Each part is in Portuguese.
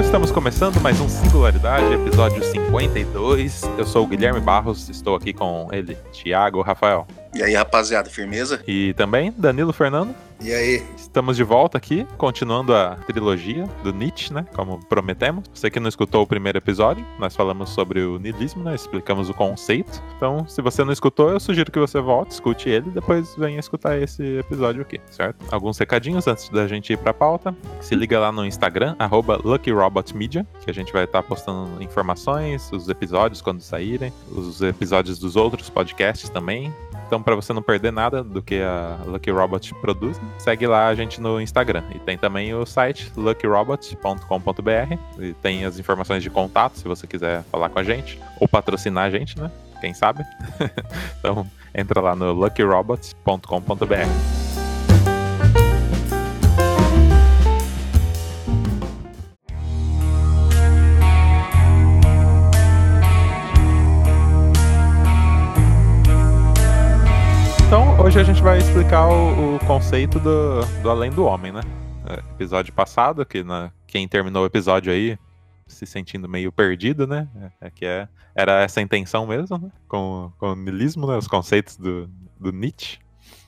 Estamos começando mais um Singularidade, episódio 52. Eu sou o Guilherme Barros, estou aqui com ele, Thiago Rafael. E aí, rapaziada, firmeza? E também Danilo Fernando. E aí? Estamos de volta aqui, continuando a trilogia do Nietzsche, né? Como prometemos. Você que não escutou o primeiro episódio, nós falamos sobre o niilismo, né? Explicamos o conceito. Então, se você não escutou, eu sugiro que você volte, escute ele e depois venha escutar esse episódio aqui, certo? Alguns recadinhos antes da gente ir pra pauta. Se liga lá no Instagram, @LuckyRobotMedia, que a gente vai estar postando informações, os episódios quando saírem, os episódios dos outros podcasts também. Então, para você não perder nada do que a Lucky Robot produz, segue lá a gente no Instagram. E tem também o site luckyrobot.com.br. E tem as informações de contato, se você quiser falar com a gente. Ou patrocinar a gente, né? Quem sabe? Então, entra lá no luckyrobot.com.br. Então, hoje a gente vai explicar o conceito do além do homem, né? Episódio passado, quem terminou o episódio aí se sentindo meio perdido, né? Era essa a intenção mesmo, né? Com o niilismo, né? Os conceitos do Nietzsche.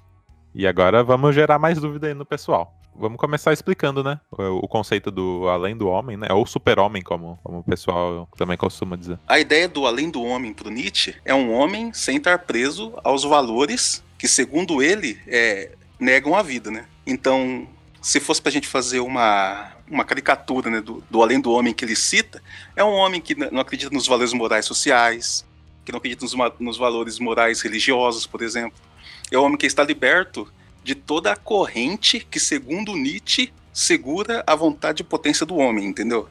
E agora vamos gerar mais dúvida aí no pessoal. Vamos começar explicando, né? O conceito do além do homem, né? Ou super-homem, como o pessoal também costuma dizer. A ideia do além do homem pro Nietzsche é um homem sem estar preso aos valores que, segundo ele, negam a vida, né? Então, se fosse pra gente fazer uma caricatura, né, do além do homem que ele cita, é um homem que não acredita nos valores morais sociais, que não acredita nos valores morais religiosos, por exemplo. É um homem que está liberto de toda a corrente que, segundo Nietzsche, segura a vontade e potência do homem, entendeu?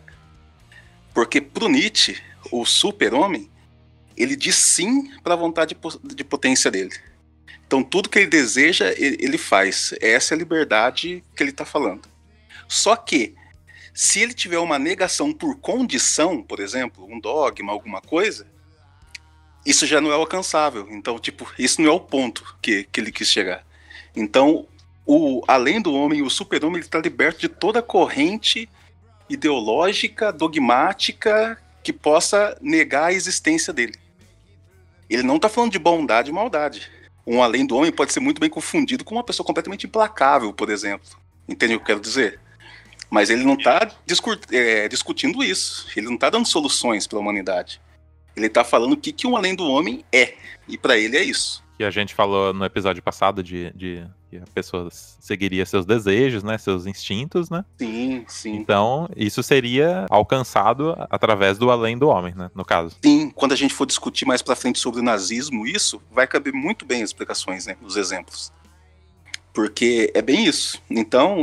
Porque pro Nietzsche, o super-homem, ele diz sim para a vontade de potência dele. Então tudo que ele deseja, ele faz. Essa é a liberdade que ele está falando. Só que, se ele tiver uma negação por condição, por exemplo, um dogma, alguma coisa, isso já não é alcançável. Então, isso não é o ponto que ele quis chegar. Então, além do homem, o super-homem, ele está liberto de toda corrente ideológica, dogmática, que possa negar a existência dele. Ele não está falando de bondade e maldade. Um além do homem pode ser muito bem confundido com uma pessoa completamente implacável, por exemplo. Entende o que eu quero dizer? Mas ele não está discutindo isso. Ele não está dando soluções para a humanidade. Ele está falando o que um além do homem é. E para ele é isso. Que a gente falou no episódio passado de que a pessoa seguiria seus desejos, né? Seus instintos, né? Sim, sim. Então, isso seria alcançado através do além do homem, né? No caso. Sim, quando a gente for discutir mais pra frente sobre o nazismo, isso vai caber muito bem as explicações, né? Os exemplos. Porque é bem isso. Então,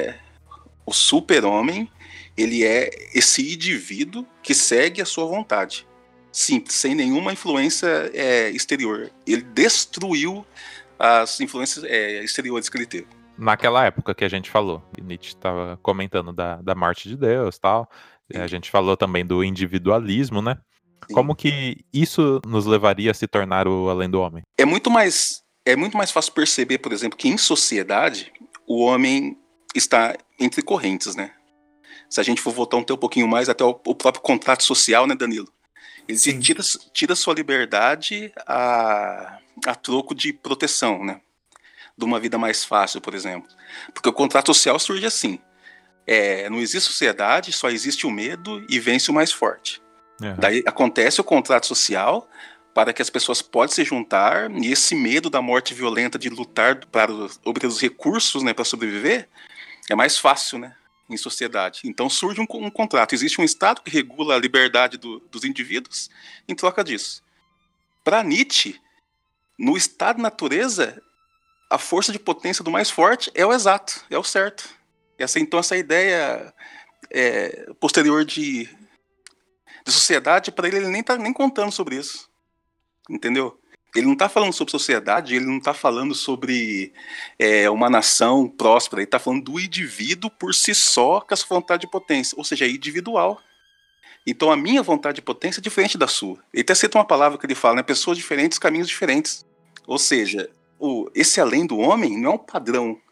o super-homem, ele é esse indivíduo que segue a sua vontade. Simples, sem nenhuma influência exterior. Ele destruiu as influências exteriores que ele teve. Naquela época que a gente falou, que Nietzsche estava comentando da morte de Deus e tal, a gente falou também do individualismo, né? Sim. Como que isso nos levaria a se tornar o além do homem? É muito mais fácil perceber, por exemplo, que em sociedade o homem está entre correntes, né? Se a gente for voltar um pouquinho mais até o próprio contrato social, né, Danilo? Ele tira sua liberdade a troco de proteção, né? De uma vida mais fácil, por exemplo. Porque o contrato social surge assim. Não existe sociedade, só existe o medo e vence o mais forte. Uhum. Daí acontece o contrato social para que as pessoas possam se juntar, e esse medo da morte violenta de lutar para obter os recursos, né, para sobreviver, é mais fácil, né? Em sociedade. Então surge um contrato. Existe um Estado que regula a liberdade dos indivíduos em troca disso. Para Nietzsche, no estado de natureza, a força de potência do mais forte é o exato, é o certo. Então essa ideia posterior de sociedade, para ele nem está nem contando sobre isso. Entendeu? Ele não está falando sobre sociedade, ele não está falando sobre uma nação próspera, ele está falando do indivíduo por si só, com a sua vontade de potência, ou seja, é individual. Então a minha vontade de potência é diferente da sua. Ele até cita uma palavra que ele fala, né? Pessoas diferentes, caminhos diferentes. Ou seja, esse além do homem não é um padrão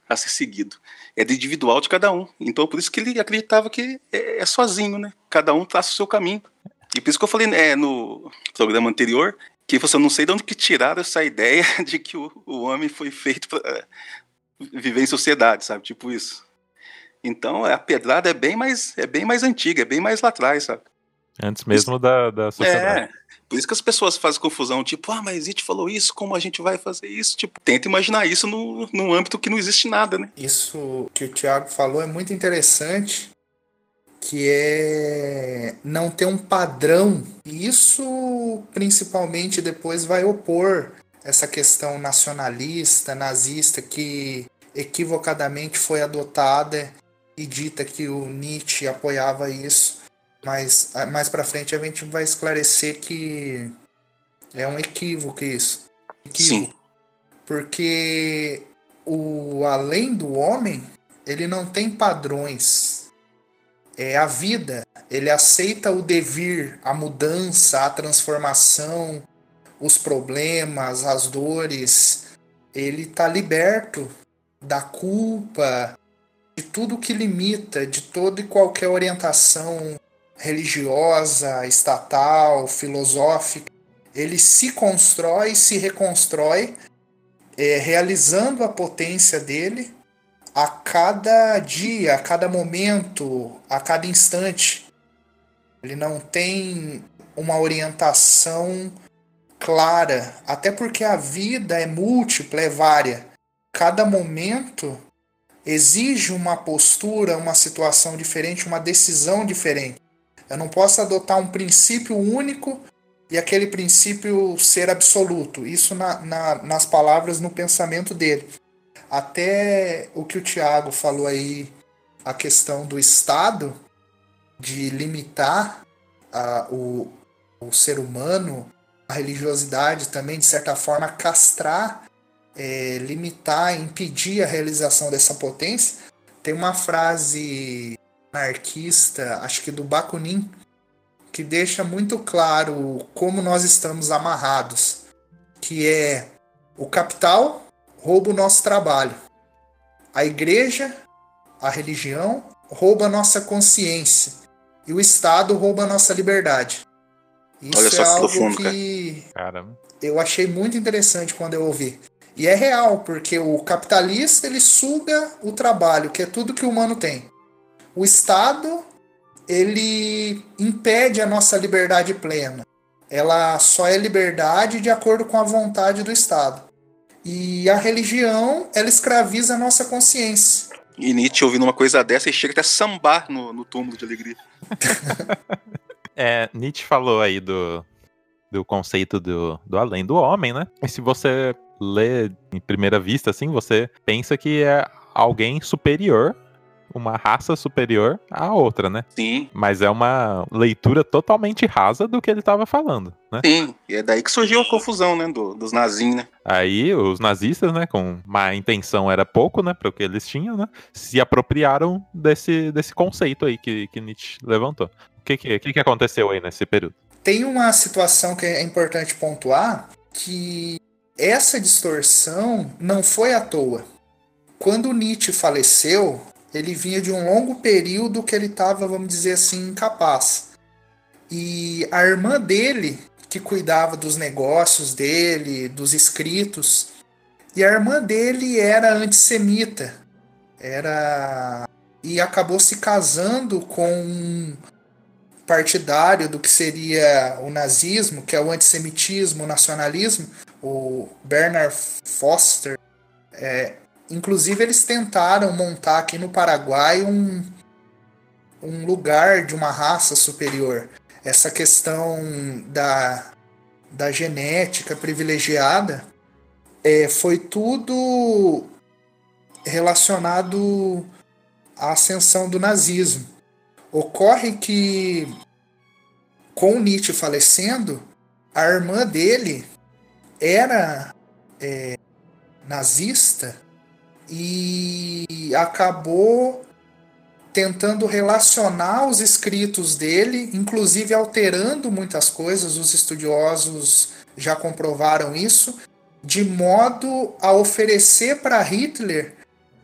a ser seguido. É do individual de cada um. Então, por isso que ele acreditava que é sozinho, né? Cada um traça o seu caminho. E por isso que eu falei no programa anterior que você não sei de onde que tiraram essa ideia de que o homem foi feito para viver em sociedade, sabe? Tipo isso. Então, a pedrada é bem mais antiga, é bem mais lá atrás, sabe? Antes mesmo da sociedade. É, por isso que as pessoas fazem confusão, tipo, mas It falou isso, como a gente vai fazer isso? Tipo, tenta imaginar isso num âmbito que não existe nada, né? Isso que o Thiago falou é muito interessante, que é não ter um padrão. E isso, principalmente, depois vai opor essa questão nacionalista, nazista, que equivocadamente foi adotada e dita que o Nietzsche apoiava isso. Mas mais pra frente a gente vai esclarecer que é um equívoco isso. Sim. Porque o além do homem, ele não tem padrões. É a vida. Ele aceita o devir, a mudança, a transformação, os problemas, as dores. Ele está liberto da culpa, de tudo que limita, de toda e qualquer orientação religiosa, estatal, filosófica. Ele se constrói, se reconstrói, realizando a potência dele a cada dia, a cada momento, a cada instante. Ele não tem uma orientação clara, até porque a vida é múltipla, é vária. Cada momento exige uma postura, uma situação diferente, uma decisão diferente. Eu não posso adotar um princípio único e aquele princípio ser absoluto. Isso nas palavras, no pensamento dele. Até o que o Thiago falou aí, a questão do Estado, de limitar o ser humano, a religiosidade também, de certa forma, castrar, limitar, impedir a realização dessa potência. Tem uma frase anarquista, acho que do Bakunin, que deixa muito claro como nós estamos amarrados, que é o capital rouba o nosso trabalho, a igreja, a religião rouba a nossa consciência e o Estado rouba a nossa liberdade. Isso é algo que eu achei muito interessante quando eu ouvi. E é real, porque o capitalista ele suga o trabalho, que é tudo que o humano tem. O Estado ele impede a nossa liberdade plena. Ela só é liberdade de acordo com a vontade do Estado. E a religião, ela escraviza a nossa consciência. E Nietzsche ouvindo uma coisa dessa e chega até a sambar no túmulo de alegria. Nietzsche falou aí do conceito do além do homem, né? E se você lê em primeira vista, assim, você pensa que é alguém superior, uma raça superior à outra, né? Sim. Mas é uma leitura totalmente rasa do que ele estava falando, né? Sim, e é daí que surgiu a confusão, né, dos nazis, né? Aí os nazistas, né, com má intenção era pouco, né, para o que eles tinham, né, se apropriaram desse conceito aí que Nietzsche levantou. O que aconteceu aí nesse período? Tem uma situação que é importante pontuar, que essa distorção não foi à toa. Quando Nietzsche faleceu, ele vinha de um longo período que ele estava, vamos dizer assim, incapaz. E a irmã dele, que cuidava dos negócios dele, dos escritos, e a irmã dele era antissemita. E acabou se casando com um partidário do que seria o nazismo, que é o antissemitismo, o nacionalismo, o Bernard Foster. Inclusive, eles tentaram montar aqui no Paraguai um lugar de uma raça superior. Essa questão da genética privilegiada foi tudo relacionado à ascensão do nazismo. Ocorre que, com Nietzsche falecendo, a irmã dele era nazista e acabou tentando relacionar os escritos dele, inclusive alterando muitas coisas, os estudiosos já comprovaram isso, de modo a oferecer para Hitler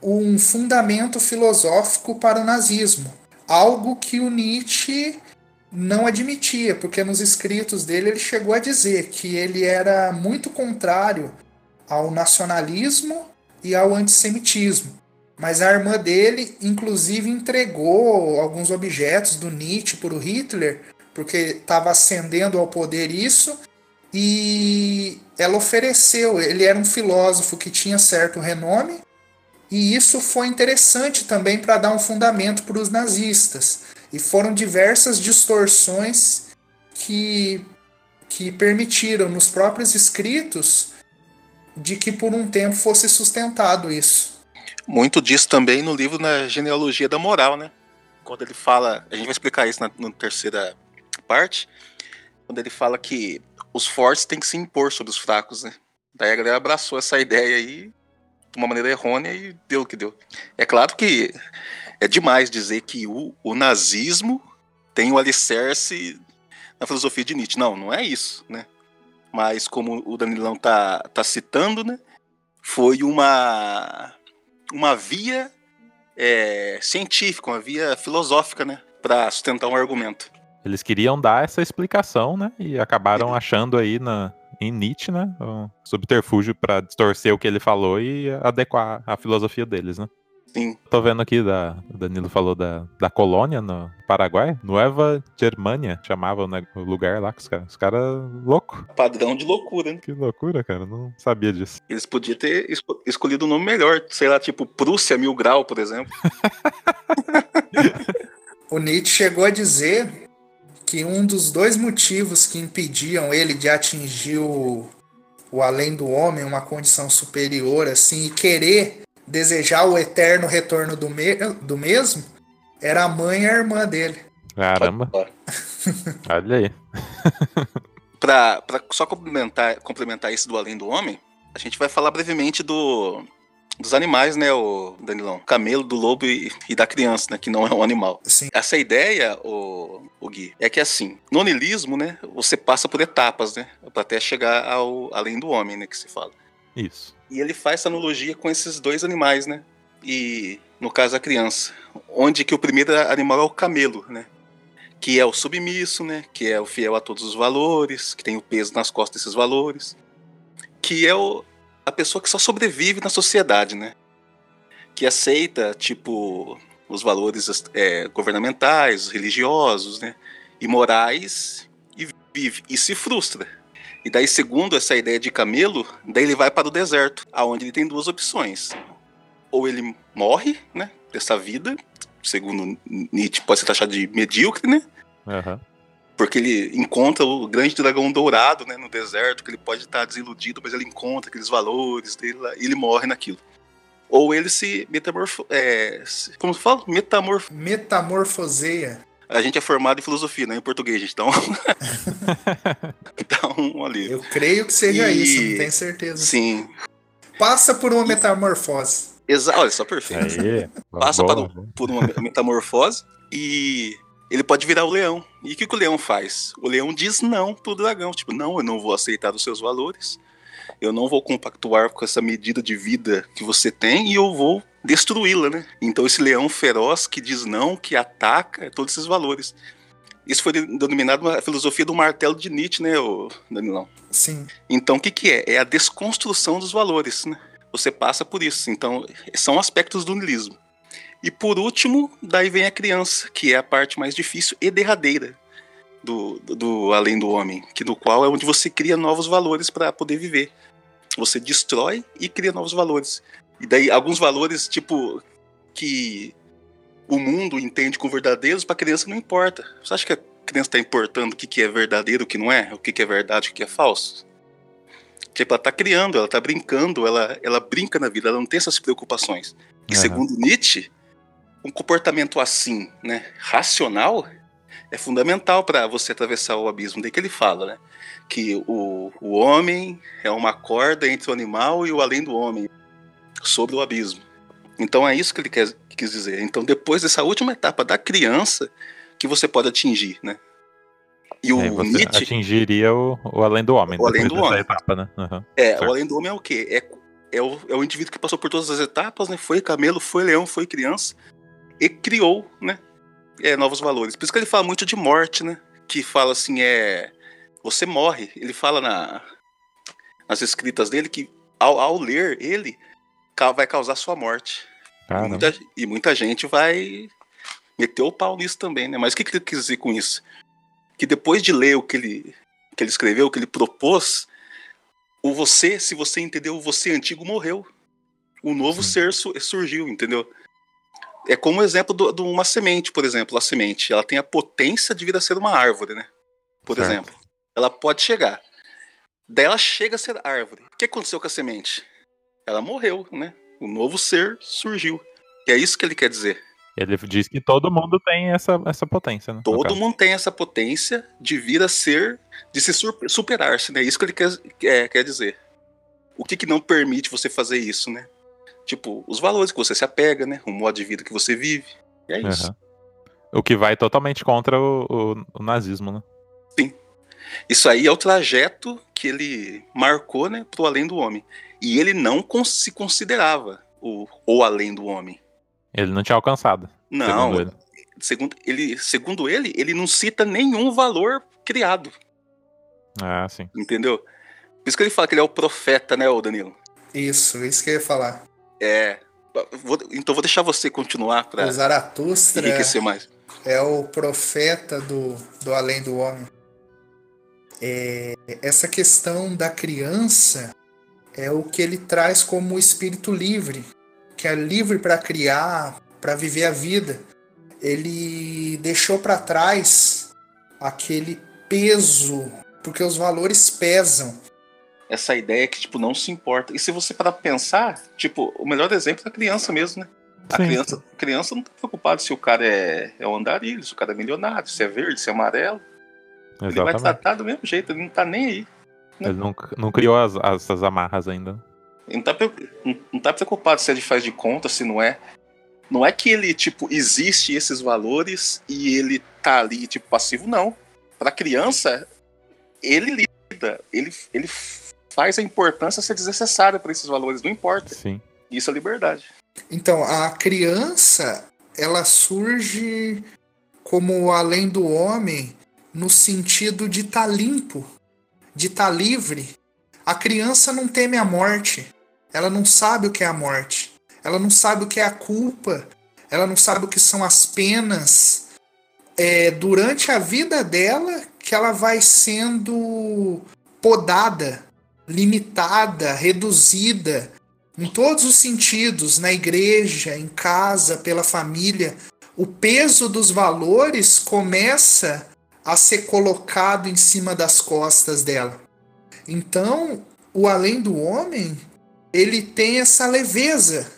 um fundamento filosófico para o nazismo. Algo que o Nietzsche não admitia, porque nos escritos dele ele chegou a dizer que ele era muito contrário ao nacionalismo e ao antissemitismo. Mas a irmã dele, inclusive, entregou alguns objetos do Nietzsche para o Hitler, porque estava ascendendo ao poder isso, e ela ofereceu. Ele era um filósofo que tinha certo renome, e isso foi interessante também para dar um fundamento para os nazistas. E foram diversas distorções que permitiram nos próprios escritos de que por um tempo fosse sustentado isso. Muito disso também no livro Na Genealogia da Moral, né? Quando ele fala, a gente vai explicar isso na terceira parte, quando ele fala que os fortes têm que se impor sobre os fracos, né? Daí a galera abraçou essa ideia aí de uma maneira errônea e deu o que deu. É claro que é demais dizer que o nazismo tem o alicerce na filosofia de Nietzsche. Não, não é isso, né? Mas como o Danilão tá citando, né? Foi uma via científica, uma via filosófica, né? Para sustentar um argumento. Eles queriam dar essa explicação, né? E acabaram achando aí em Nietzsche, né? Um subterfúgio para distorcer o que ele falou e adequar a filosofia deles, né? Sim. Tô vendo aqui, o Danilo falou da colônia no Paraguai, Nueva Germania, chamava o lugar lá, os caras loucos. Padrão de loucura, né? Que loucura, cara, não sabia disso. Eles podiam ter escolhido um nome melhor, sei lá, tipo Prússia 1000 Grau, por exemplo. O Nietzsche chegou a dizer que um dos 2 motivos que impediam ele de atingir o além do homem, uma condição superior, assim, e querer desejar o eterno retorno do mesmo, era a mãe e a irmã dele. Caramba. Olha aí. Pra só complementar isso do além do homem, a gente vai falar brevemente dos animais, né, o Danilão? Camelo, do lobo e da criança, né, que não é um animal. Sim. Essa ideia, o Gui, é que assim, no niilismo, né, você passa por etapas, né, pra até chegar ao além do homem, né, que se fala. Isso. E ele faz essa analogia com esses 2 animais, né, e no caso a criança, onde que o primeiro animal é o camelo, né, que é o submisso, né, que é o fiel a todos os valores, que tem o peso nas costas desses valores, que é a pessoa que só sobrevive na sociedade, né? Que aceita, tipo, os valores governamentais, religiosos, né? E morais, e vive. E se frustra. E daí, segundo essa ideia de camelo, daí ele vai para o deserto, aonde ele tem 2 opções. Ou ele morre, né? Dessa vida, segundo Nietzsche, pode ser taxado de medíocre, né? Uhum. Porque ele encontra o grande dragão dourado, né, no deserto, que ele pode estar desiludido, mas ele encontra aqueles valores dele lá, e ele morre naquilo. Ou ele se como se fala? Metamorfoseia. A gente é formado em filosofia, não em português, gente, então... então, ali. Eu creio que seja isso, não tenho certeza. Sim. Passa por uma metamorfose. Olha só, perfeito. Aí, Passa por uma metamorfose e... ele pode virar o leão. E o que o leão faz? O leão diz não pro dragão. Tipo, não, eu não vou aceitar os seus valores. Eu não vou compactuar com essa medida de vida que você tem e eu vou destruí-la, né? Então esse leão feroz que diz não, que ataca todos esses valores. Isso foi denominado a filosofia do martelo de Nietzsche, né, Danilão? Sim. Então o que é? É a desconstrução dos valores, né? Você passa por isso. Então são aspectos do niilismo. E por último, daí vem a criança, que é a parte mais difícil e derradeira do além do homem, que no qual é onde você cria novos valores para poder viver. Você destrói e cria novos valores. E daí alguns valores, tipo, que o mundo entende como verdadeiros, para a criança não importa. Você acha que a criança está importando o que é verdadeiro, o que não é? O que é verdade, o que é falso? Tipo, ela está criando, ela está brincando, ela brinca na vida, ela não tem essas preocupações. E segundo Nietzsche, um comportamento assim, né, racional, é fundamental para você atravessar o abismo. Daí que ele fala, né, que o homem é uma corda entre o animal e o além do homem, sobre o abismo. Então é isso que ele quis dizer. Então depois dessa última etapa da criança, que você pode atingir, né? E o você Nietzsche atingiria o além do homem. O além do homem. Etapa, né? O além do homem é o quê? é o indivíduo que passou por todas as etapas, né? Foi camelo, foi leão, foi criança e criou, né? Novos valores. Por isso que ele fala muito de morte, né? Que fala assim, você morre. Ele fala nas escritas dele que ao ler ele vai causar sua morte. E muita gente vai meter o pau nisso também, né? Mas o que ele quis dizer com isso? Que depois de ler o que ele escreveu, o que ele propôs, se você entendeu, o você antigo morreu. O novo ser surgiu, entendeu? É como o exemplo de uma semente, por exemplo. A semente, ela tem a potência de vir a ser uma árvore, né? Por exemplo. Ela pode chegar. Daí ela chega a ser árvore. O que aconteceu com a semente? Ela morreu, né? O novo ser surgiu. E é isso que ele quer dizer. Ele diz que todo mundo tem essa potência, né? Todo mundo tem essa potência de vir a ser, de se superar-se, né? É isso que ele quer dizer. O que não permite você fazer isso, né? Tipo, os valores que você se apega, né? O modo de vida que você vive. E é isso. O que vai totalmente contra o nazismo, né? Sim. Isso aí é o trajeto que ele marcou, né? Pro além do homem. E ele não se considerava o além do homem. Ele não tinha alcançado. Não. Segundo ele, ele não cita nenhum valor criado. Ah, sim. Entendeu? Por isso que ele fala que ele é o profeta, né, ô Danilo? Isso que eu ia falar. Então vou deixar você continuar para o Zaratustra enriquecer mais. É o profeta do além do homem. Essa questão da criança é o que ele traz como o espírito livre, que é livre para criar, para viver a vida. Ele deixou para trás aquele peso, porque os valores pesam. Essa ideia que, tipo, não se importa. E se você parar pra pensar, tipo, o melhor exemplo é a criança mesmo, né? A criança não tá preocupada se o cara é um andarilho, se o cara é milionário, se é verde, se é amarelo. Exatamente. Ele vai tratar do mesmo jeito, ele não tá nem aí. Né? Ele não criou essas amarras ainda. Ele não tá preocupado se ele faz de conta, se não é. Não é que ele, tipo, existe esses valores e ele tá ali, tipo, passivo, não. Pra criança, ele lida, ele faz a importância ser desnecessária para esses valores, não importa. Sim. Isso é liberdade. Então, a criança, ela surge como além do homem no sentido de estar limpo, de estar livre. A criança não teme a morte. Ela não sabe o que é a morte. Ela não sabe o que é a culpa. Ela não sabe o que são as penas. Durante a vida dela que ela vai sendo podada, limitada, reduzida, em todos os sentidos, na igreja, em casa, pela família. O peso dos valores começa a ser colocado em cima das costas dela. Então, o além do homem, ele tem essa leveza.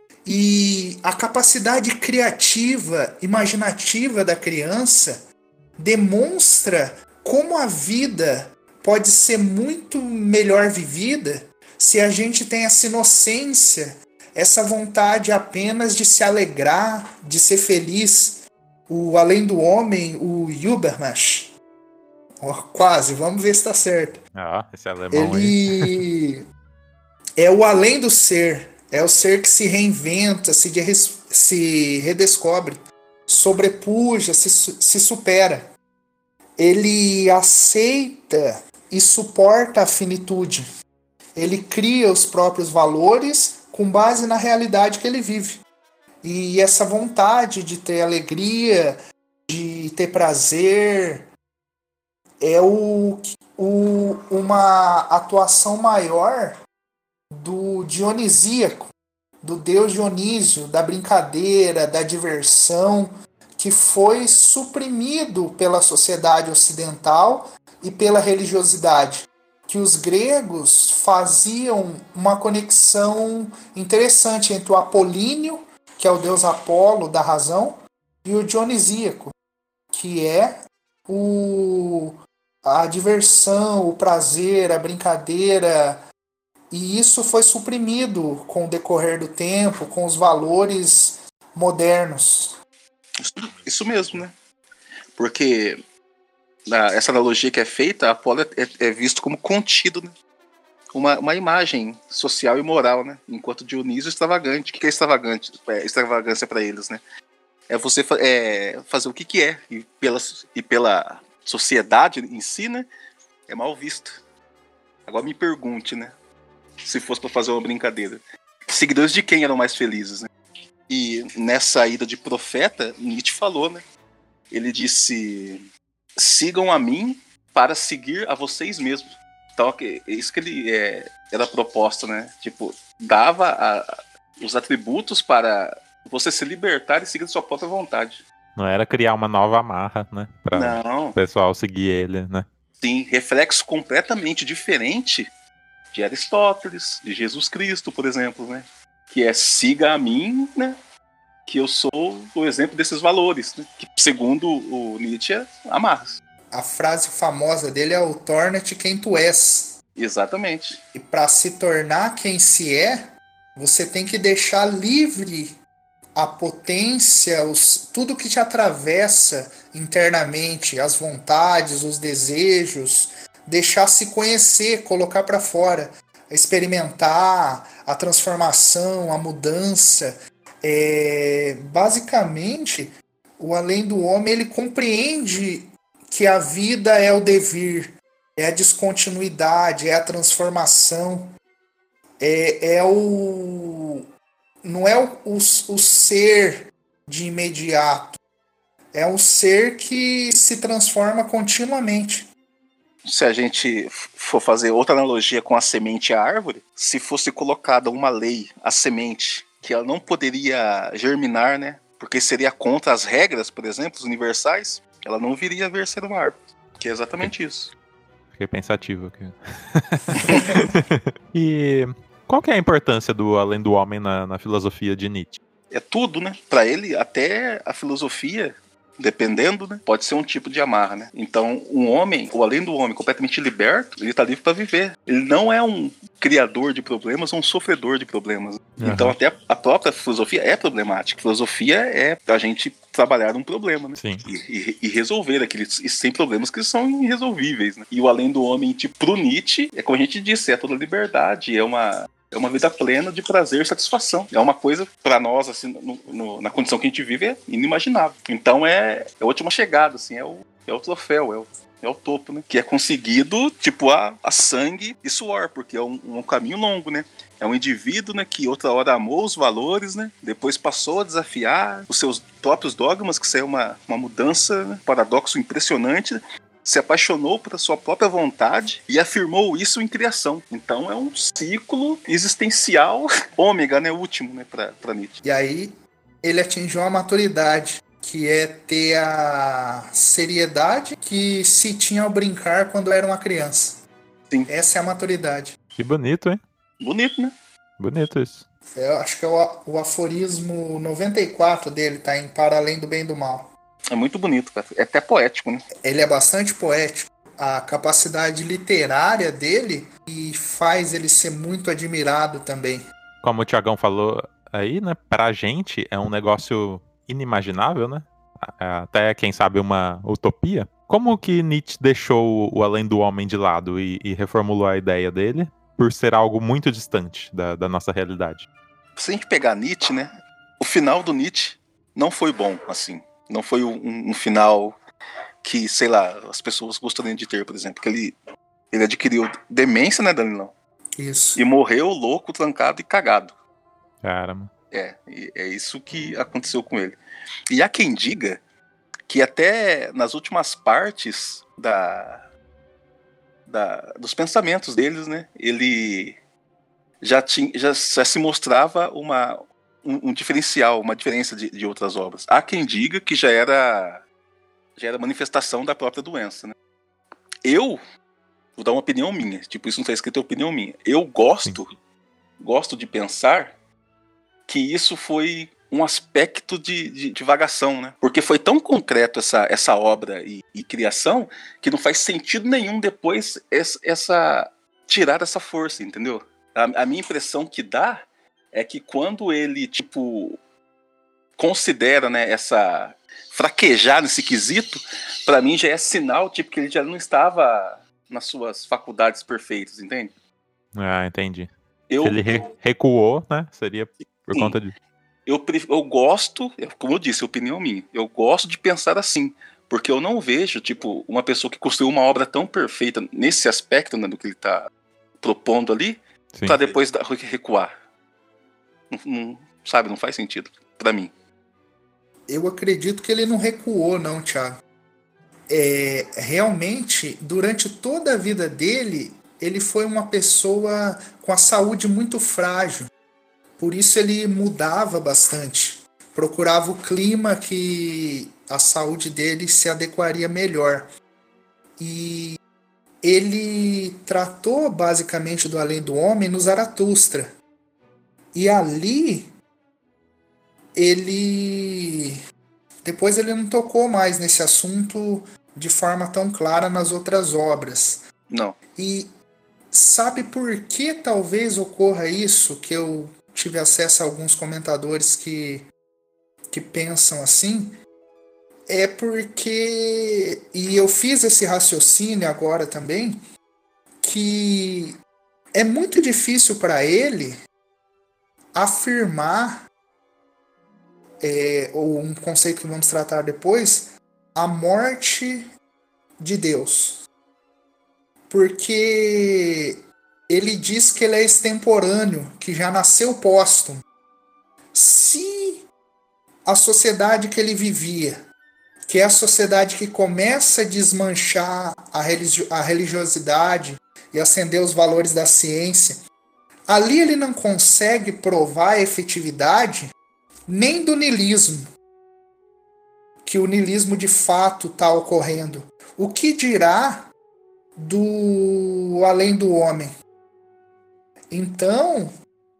E a capacidade criativa, imaginativa da criança demonstra como a vida pode ser muito melhor vivida se a gente tem essa inocência, essa vontade apenas de se alegrar, de ser feliz. O além do homem, o Übermensch, quase, vamos ver se está certo. Esse alemão ele é o além do ser, é o ser que se reinventa, se redescobre, sobrepuja, se supera. Ele aceita e suporta a finitude. Ele cria os próprios valores com base na realidade que ele vive. E essa vontade de ter alegria, de ter prazer, é uma atuação maior do dionisíaco, do deus Dionísio, da brincadeira, da diversão, que foi suprimido pela sociedade ocidental e pela religiosidade. Que os gregos faziam uma conexão interessante entre o Apolíneo, que é o deus Apolo da razão, e o dionisíaco, que é a diversão, o prazer, a brincadeira. E isso foi suprimido com o decorrer do tempo, com os valores modernos. Isso mesmo, né? Porque essa analogia que é feita, Apolo é visto como contido, né? uma imagem social e moral, né? Enquanto Dionísio é extravagante. O que é extravagante? Extravagância para eles, né? É você fazer o que é. E pela sociedade em si, né? É mal visto. Agora me pergunte, né? Se fosse para fazer uma brincadeira. Seguidores de quem eram mais felizes, né? E nessa ida de profeta, Nietzsche falou, né? Ele disse: sigam a mim para seguir a vocês mesmos. Então, isso que ele era a proposta, né? Tipo, dava os atributos para você se libertar e seguir a sua própria vontade. Não era criar uma nova amarra, né? Pra o pessoal seguir ele, né? Sim, reflexo completamente diferente de Aristóteles, de Jesus Cristo, por exemplo, né? Que é siga a mim, né? Que eu sou o exemplo desses valores, né? Que, segundo o Nietzsche, amarras. A frase famosa dele é o torna-te quem tu és. Exatamente. E para se tornar quem se é, você tem que deixar livre a potência, tudo que te atravessa internamente, as vontades, os desejos, deixar se conhecer, colocar para fora, experimentar a transformação, a mudança. Basicamente, o além do homem, ele compreende que a vida é o devir, é a descontinuidade, é a transformação, não é o ser de imediato, é um ser que se transforma continuamente. Se a gente for fazer outra analogia com a semente e a árvore, se fosse colocada uma lei à semente que ela não poderia germinar, né? Porque seria contra as regras, por exemplo, universais, ela não viria a ver ser uma árvore. Que é exatamente isso. Fiquei pensativo aqui. E qual que é a importância do além do homem na filosofia de Nietzsche? É tudo, né? Para ele, até a filosofia, dependendo, né? Pode ser um tipo de amarra, né? Então, um homem, ou além do homem completamente liberto, ele tá livre para viver. Ele não é um criador de problemas ou um sofredor de problemas. Uhum. Então, até a própria filosofia é problemática. A filosofia é a gente trabalhar um problema, né? Sim. E resolver aqueles sem problemas que são irresolvíveis, né? E o além do homem, tipo, pro Nietzsche, é como a gente disse, é toda liberdade, é uma vida plena de prazer e satisfação. É uma coisa, para nós, assim, na condição que a gente vive, é inimaginável. Então é a última chegada, assim, é o troféu, é o topo, né? Que é conseguido, tipo, a sangue e suor, porque é um caminho longo, né? É um indivíduo, né, que outra hora amou os valores, né? Depois passou a desafiar os seus próprios dogmas, que isso é uma mudança, né? Paradoxo impressionante. Se apaixonou pela sua própria vontade e afirmou isso em criação. Então é um ciclo existencial ômega, né, último, né, para Nietzsche. E aí ele atingiu a maturidade, que é ter a seriedade que se tinha ao brincar quando era uma criança. Sim. Essa é a maturidade. Que bonito, hein? Bonito, né? Bonito isso. Eu acho que é o aforismo 94 dele, tá em Para Além do Bem e do Mal. É muito bonito, cara. É até poético, né? Ele é bastante poético. A capacidade literária dele e faz ele ser muito admirado também. Como o Thiagão falou aí, né? Pra gente é um negócio inimaginável, né? Até, quem sabe, uma utopia. Como que Nietzsche deixou o além do homem de lado e reformulou a ideia dele por ser algo muito distante da nossa realidade? Se a gente pegar Nietzsche, né? O final do Nietzsche não foi bom, assim. Não foi um final que, sei lá, as pessoas gostariam de ter, por exemplo. Que ele adquiriu demência, né, Danilão? Isso. E morreu louco, trancado e cagado. Caramba. É isso que aconteceu com ele. E há quem diga que até nas últimas partes dos pensamentos deles, né, ele já se mostrava um diferencial, uma diferença de outras obras. Há quem diga que já era manifestação da própria doença, né? Eu vou dar uma opinião minha, tipo, isso não está escrito, é opinião minha. Eu gosto de pensar que isso foi um aspecto de divagação, né? Porque foi tão concreto essa obra e criação que não faz sentido nenhum depois tirar essa força, entendeu? A minha impressão que dá é que quando ele, tipo, considera, né, fraquejar nesse quesito, para mim já é sinal, tipo, que ele já não estava nas suas faculdades perfeitas, entende? Ah, entendi. Eu, Se ele recuou, né? Seria por sim, conta de. eu gosto, como eu disse, opinião minha, eu gosto de pensar assim, porque eu não vejo, tipo, uma pessoa que construiu uma obra tão perfeita nesse aspecto, né, do que ele tá propondo ali, Sim. pra depois recuar. Sabe, não faz sentido pra mim. Eu acredito que ele não recuou, não, Thiago. Realmente, durante toda a vida dele, ele foi uma pessoa com a saúde muito frágil. Por isso ele mudava bastante. Procurava o clima que a saúde dele se adequaria melhor. E ele tratou basicamente do Além do Homem no Zaratustra. E ali ele depois ele não tocou mais nesse assunto de forma tão clara nas outras obras. Não. E sabe por que talvez ocorra isso? Que eu tive acesso a alguns comentadores que pensam assim. É porque, e eu fiz esse raciocínio agora também, que é muito difícil para ele afirmar, ou um conceito que vamos tratar depois, a morte de Deus. Porque ele diz que ele é extemporâneo, que já nasceu póstumo. Se a sociedade que ele vivia, que é a sociedade que começa a desmanchar a religiosidade e acender os valores da ciência, ali ele não consegue provar a efetividade nem do niilismo, que o niilismo de fato está ocorrendo. O que dirá do além do homem? Então,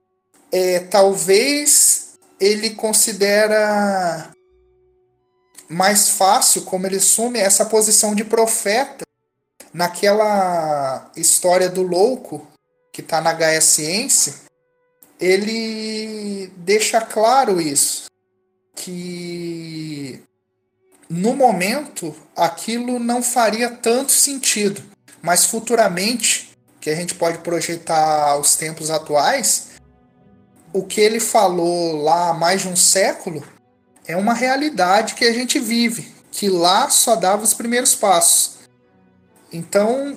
talvez ele considera mais fácil, como ele assume essa posição de profeta naquela história do louco que está na Gaia Ciência, ele deixa claro isso, que no momento aquilo não faria tanto sentido, mas futuramente, que a gente pode projetar aos tempos atuais, o que ele falou lá há mais de um século é uma realidade que a gente vive, que lá só dava os primeiros passos. Então,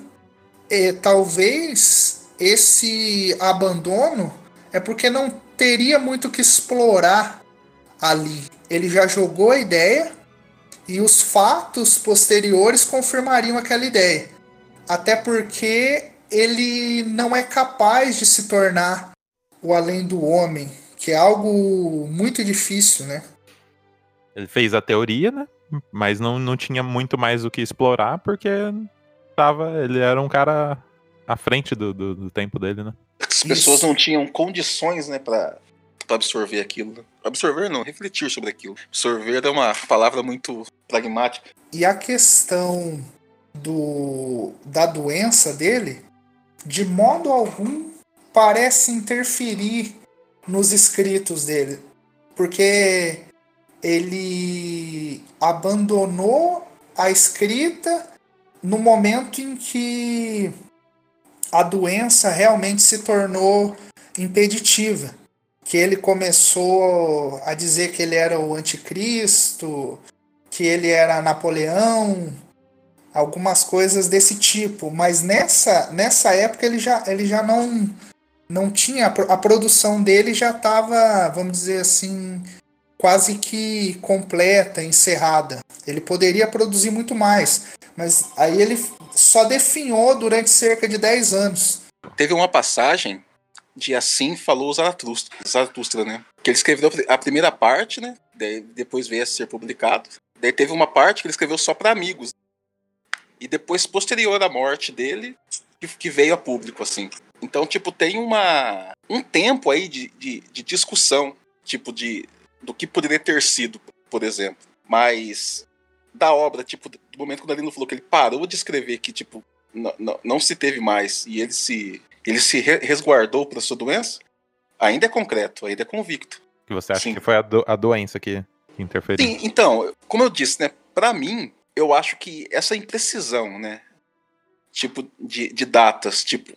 talvez esse abandono é porque não teria muito o que explorar ali. Ele já jogou a ideia e os fatos posteriores confirmariam aquela ideia. Até porque ele não é capaz de se tornar o além do homem, que é algo muito difícil, né? Ele fez a teoria, né? Mas não tinha muito mais o que explorar, porque ele era um cara à frente do tempo dele, né? As pessoas não tinham condições, né, pra absorver aquilo. Né? Absorver não, refletir sobre aquilo. Absorver é uma palavra muito pragmática. E a questão da doença dele, de modo algum, parece interferir nos escritos dele. Porque ele abandonou a escrita no momento em que a doença realmente se tornou impeditiva. Que ele começou a dizer que ele era o anticristo, que ele era Napoleão, algumas coisas desse tipo. Mas nessa época ele já não tinha, a produção dele já estava, vamos dizer assim, quase que completa, encerrada. Ele poderia produzir muito mais, mas aí ele só definhou durante cerca de 10 anos. Teve uma passagem de Assim Falou Zaratustra, né? Que ele escreveu a primeira parte, né? Daí depois veio a ser publicado. Daí teve uma parte que ele escreveu só para amigos. E depois, posterior à morte dele, que veio a público, assim. Então, tipo, tem um tempo aí de discussão, tipo, do que poderia ter sido, por exemplo. Mas da obra, tipo, do momento que o Dalino falou que ele parou de escrever, que, tipo, não se teve mais, e ele se resguardou para sua doença, ainda é concreto, ainda é convicto. Que você acha Sim. que foi a doença que interferiu? Sim, então, como eu disse, né, pra mim, eu acho que essa imprecisão, né, tipo, de datas, tipo,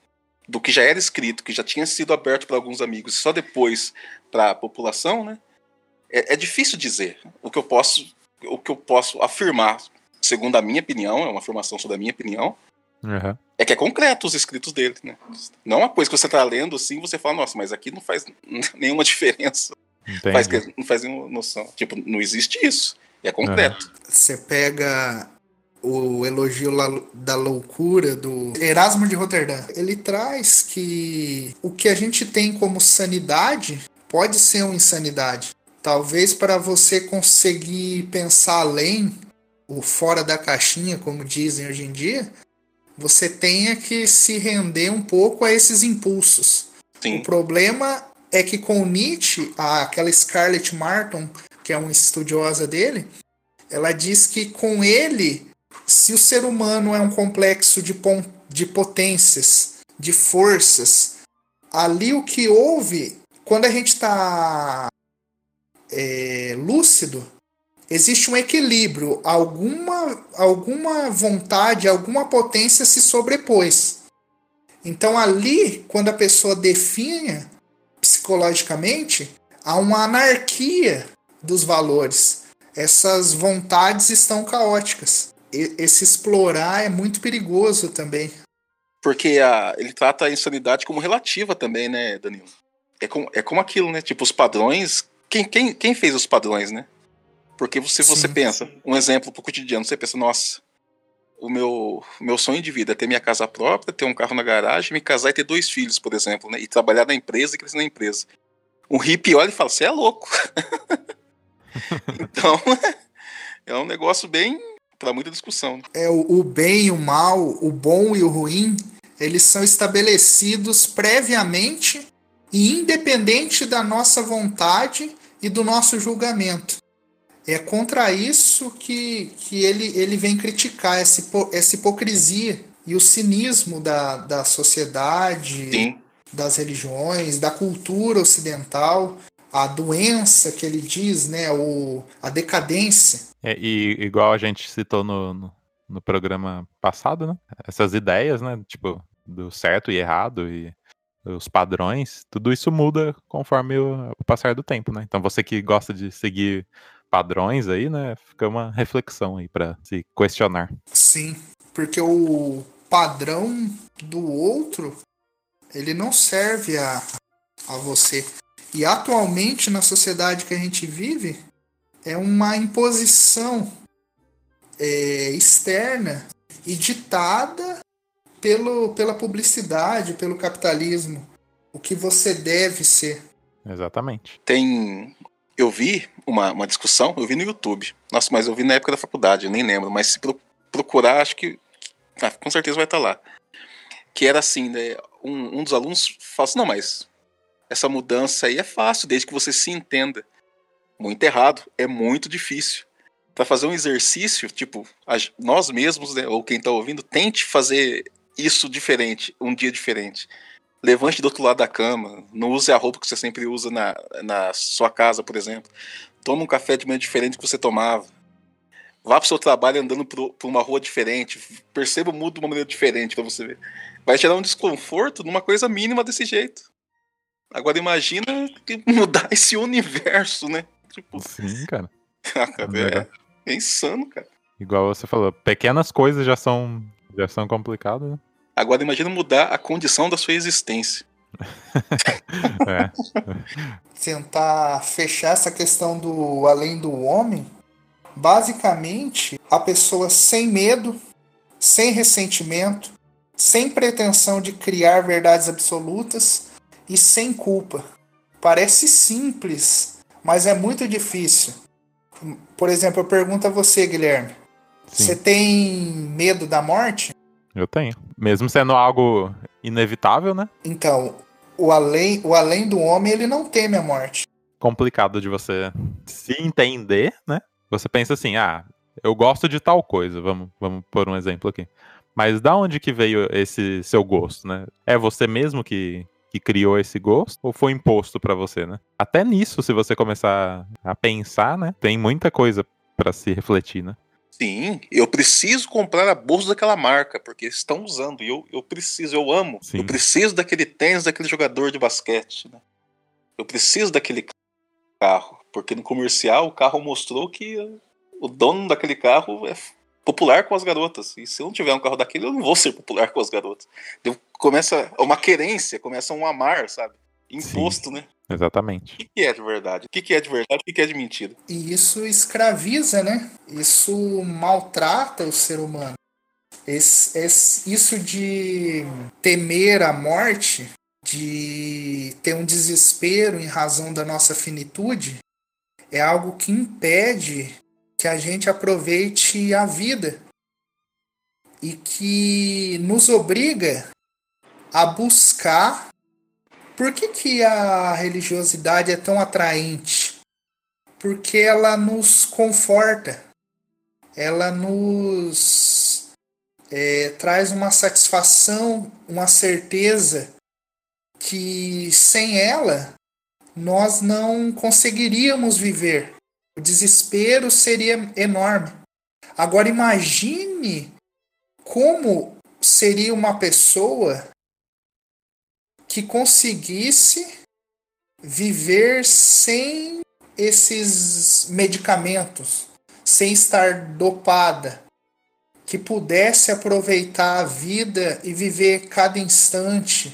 do que já era escrito, que já tinha sido aberto para alguns amigos, e só depois para a população, né? É difícil dizer. O que eu posso afirmar, segundo a minha opinião, é uma afirmação sobre a minha opinião, é que é concreto os escritos dele, né? Não é uma coisa que você está lendo assim, você fala, nossa, mas aqui não faz nenhuma diferença. Não faz nenhuma noção. Tipo, não existe isso. É concreto. Você pega o Elogio da Loucura do Erasmo de Roterdã. Ele traz que o que a gente tem como sanidade pode ser uma insanidade. Talvez para você conseguir pensar além, ou fora da caixinha, como dizem hoje em dia, você tenha que se render um pouco a esses impulsos. Sim. O problema é que com Nietzsche, aquela Scarlett Martin, que é uma estudiosa dele, ela diz que com ele, se o ser humano é um complexo de potências, de forças, ali o que houve, quando a gente está lúcido, existe um equilíbrio, alguma vontade, alguma potência se sobrepôs. Então ali, quando a pessoa definha psicologicamente, há uma anarquia dos valores. Essas vontades estão caóticas. Esse explorar é muito perigoso também. Porque ele trata a insanidade como relativa também, né, Danilo? É como aquilo, né? Tipo, os padrões... Quem fez os padrões, né? Porque você pensa, um exemplo pro cotidiano, você pensa, nossa, o meu sonho de vida é ter minha casa própria, ter um carro na garagem, me casar e ter 2 filhos, por exemplo, né? E trabalhar na empresa e crescer na empresa. Um hippie olha e fala, você é louco. Então, é um negócio bem para muita discussão. Né? O bem e o mal, o bom e o ruim, eles são estabelecidos previamente e independente da nossa vontade e do nosso julgamento. É contra isso que ele vem criticar essa hipocrisia e o cinismo da sociedade, Sim. Das religiões, da cultura ocidental, a doença que ele diz, né, a decadência. E igual a gente citou no programa passado, né? Essas ideias, né? Tipo, do certo e errado e os padrões, tudo isso muda conforme o passar do tempo, né? Então você que gosta de seguir padrões aí, né? Fica uma reflexão aí pra se questionar. Sim, porque o padrão do outro, ele não serve a você. E atualmente, na sociedade que a gente vive, é uma imposição externa e ditada pela publicidade, pelo capitalismo, o que você deve ser. Exatamente. Eu vi uma discussão, eu vi no YouTube. Nossa, mas eu vi na época da faculdade, eu nem lembro. Mas se procurar, acho que com certeza vai estar lá. Que era assim, né? Um dos alunos fala assim, não, mas essa mudança aí é fácil, desde que você se entenda. Muito errado, é muito difícil. Para fazer um exercício, tipo, nós mesmos, né, ou quem tá ouvindo, tente fazer isso diferente, um dia diferente. Levante do outro lado da cama, não use a roupa que você sempre usa na sua casa, por exemplo. Toma um café de manhã diferente do que você tomava. Vá pro seu trabalho andando por uma rua diferente. Perceba o mundo de uma maneira diferente para você ver. Vai gerar um desconforto numa coisa mínima desse jeito. Agora imagina mudar esse universo, né? Tipo... Sim, cara. É insano, cara. Igual você falou, pequenas coisas já são complicadas, né? Agora imagina mudar a condição da sua existência. Tentar fechar essa questão do além do homem. Basicamente, a pessoa sem medo, sem ressentimento, sem pretensão de criar verdades absolutas e sem culpa. Parece simples, mas é muito difícil. Por exemplo, eu pergunto a você, Guilherme. Sim. Você tem medo da morte? Eu tenho. Mesmo sendo algo inevitável, né? Então, o além do homem, ele não teme a morte. Complicado de você se entender, né? Você pensa assim, eu gosto de tal coisa, vamos pôr um exemplo aqui. Mas da onde que veio esse seu gosto, né? É você mesmo que criou esse gosto ou foi imposto pra você, né? Até nisso, se você começar a pensar, né? Tem muita coisa pra se refletir, né? Sim, eu preciso comprar a bolsa daquela marca, porque eles estão usando, e eu preciso, eu amo. Sim. Eu preciso daquele tênis daquele jogador de basquete, né? Eu preciso daquele carro, porque no comercial o carro mostrou que o dono daquele carro é popular com as garotas, e se eu não tiver um carro daquele, eu não vou ser popular com as garotas. Então, começa uma querência, começa um amar, sabe? Imposto, Sim, né? exatamente. O que é de verdade? O que é de verdade? O que é de mentira? E isso escraviza, né? Isso maltrata o ser humano. Isso de temer a morte, de ter um desespero em razão da nossa finitude, é algo que impede que a gente aproveite a vida e que nos obriga a buscar. Por que a religiosidade é tão atraente? Porque ela nos conforta, ela nos traz uma satisfação, uma certeza que sem ela nós não conseguiríamos viver. O desespero seria enorme. Agora imagine como seria uma pessoa que conseguisse viver sem esses medicamentos, sem estar dopada, que pudesse aproveitar a vida e viver cada instante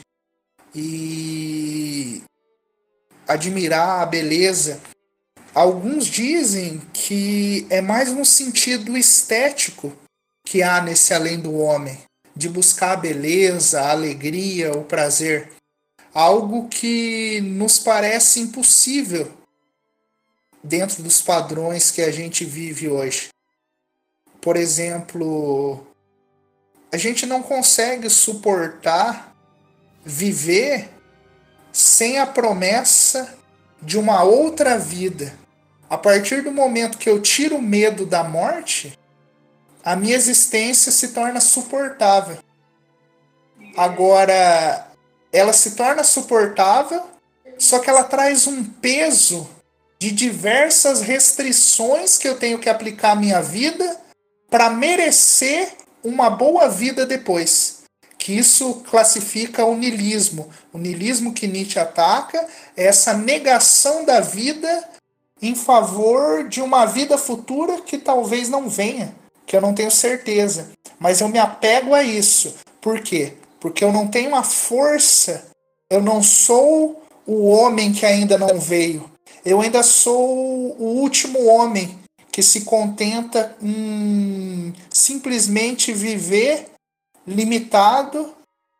e admirar a beleza. Alguns dizem que é mais um sentido estético que há nesse além do homem, de buscar a beleza, a alegria, o prazer. Algo que nos parece impossível dentro dos padrões que a gente vive hoje. Por exemplo, a gente não consegue suportar viver sem a promessa de uma outra vida. A partir do momento que eu tiro o medo da morte, a minha existência se torna suportável. Agora, ela se torna suportável, só que ela traz um peso de diversas restrições que eu tenho que aplicar à minha vida para merecer uma boa vida depois. Que isso classifica o niilismo. O niilismo que Nietzsche ataca é essa negação da vida em favor de uma vida futura que talvez não venha, que eu não tenho certeza. Mas eu me apego a isso. Por quê? Porque eu não tenho a força, eu não sou o homem que ainda não veio. Eu ainda sou o último homem que se contenta em simplesmente viver limitado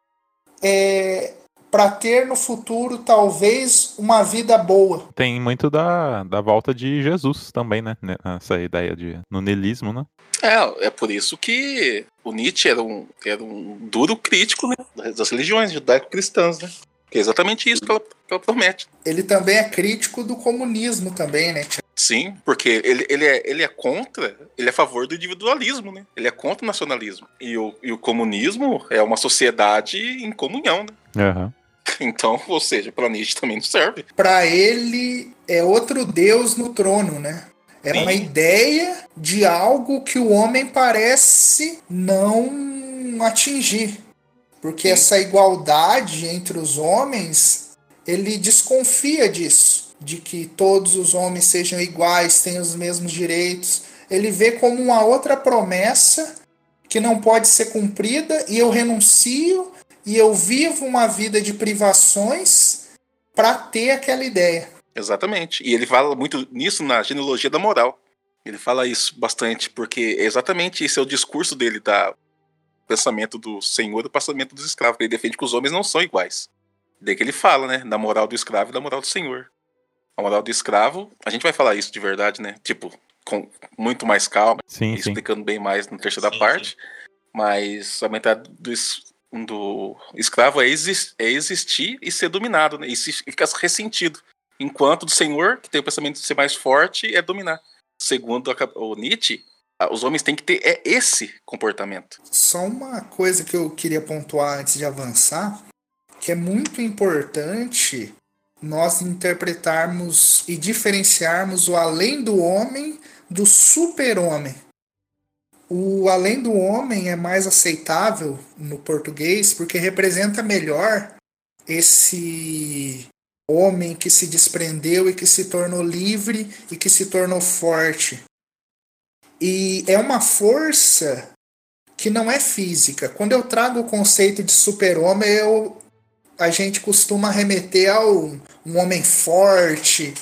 para ter no futuro talvez uma vida boa. Tem muito da volta de Jesus também, né? Essa ideia no niilismo, né? É por isso que o Nietzsche era um duro crítico, né, das religiões judaico-cristãs, né? Que é exatamente isso que ela promete. Ele também é crítico do comunismo também, né? Sim, porque ele é contra, ele é a favor do individualismo, né? Ele é contra o nacionalismo. E o comunismo é uma sociedade em comunhão, né? Uhum. Então, ou seja, para Nietzsche também não serve. Para ele é outro Deus no trono, né? É uma ideia de algo que o homem parece não atingir. Porque essa igualdade entre os homens, ele desconfia disso. De que todos os homens sejam iguais, tenham os mesmos direitos. Ele vê como uma outra promessa que não pode ser cumprida e eu renuncio e eu vivo uma vida de privações para ter aquela ideia. Exatamente. E ele fala muito nisso na genealogia da moral. Ele fala isso bastante, porque exatamente esse é o discurso dele, da pensamento do senhor e o pensamento dos escravos. Ele defende que os homens não são iguais. Daí que ele fala, né, da moral do escravo e da moral do senhor. A moral do escravo, a gente vai falar isso de verdade, né? Tipo, com muito mais calma, sim, explicando bem mais na terceira parte. Mas a metade do escravo é existir e ser dominado, né? E ficar ressentido. Enquanto do senhor, que tem o pensamento de ser mais forte, é dominar. Segundo o Nietzsche, os homens têm que ter esse comportamento. Só uma coisa que eu queria pontuar antes de avançar, que é muito importante nós interpretarmos e diferenciarmos o além do homem do super-homem. O além do homem é mais aceitável no português porque representa melhor esse homem que se desprendeu e que se tornou livre e que se tornou forte. E é uma força que não é física. Quando eu trago o conceito de super-homem, a gente costuma remeter a um homem forte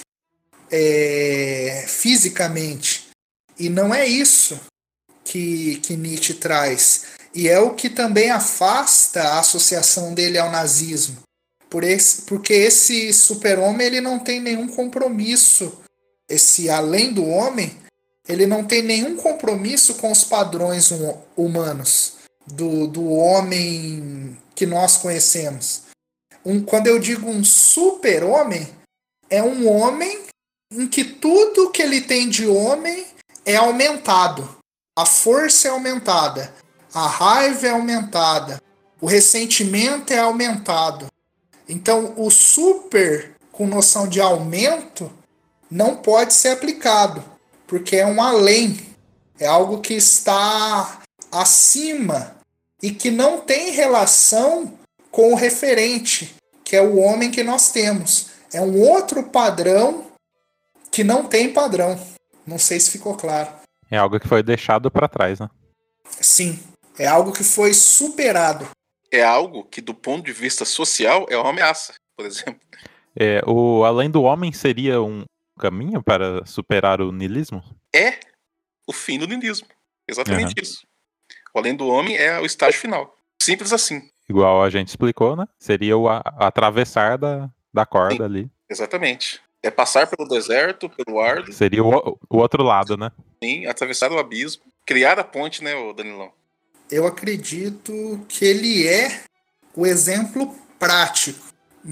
fisicamente. E não é isso que Nietzsche traz. E é o que também afasta a associação dele ao nazismo. Porque esse super-homem ele não tem nenhum compromisso. Esse além do homem, ele não tem nenhum compromisso com os padrões humanos do homem que nós conhecemos. Quando eu digo um super-homem, é um homem em que tudo que ele tem de homem é aumentado. A força é aumentada, a raiva é aumentada, o ressentimento é aumentado. Então, o super com noção de aumento não pode ser aplicado, porque é um além, é algo que está acima e que não tem relação com o referente, que é o homem que nós temos. É um outro padrão que não tem padrão. Não sei se ficou claro. É algo que foi deixado pra trás, né? Sim, é algo que foi superado. É algo que, do ponto de vista social, é uma ameaça, por exemplo. O além do homem seria um caminho para superar o niilismo? É o fim do niilismo. Exatamente isso. O além do homem é o estágio final. Simples assim. Igual a gente explicou, né? Seria o atravessar da corda. Sim, ali. Exatamente. É passar pelo deserto, pelo ardo. Seria o outro lado, né? Sim, atravessar o abismo. Criar a ponte, né, Danilão? Eu acredito que ele é o exemplo prático,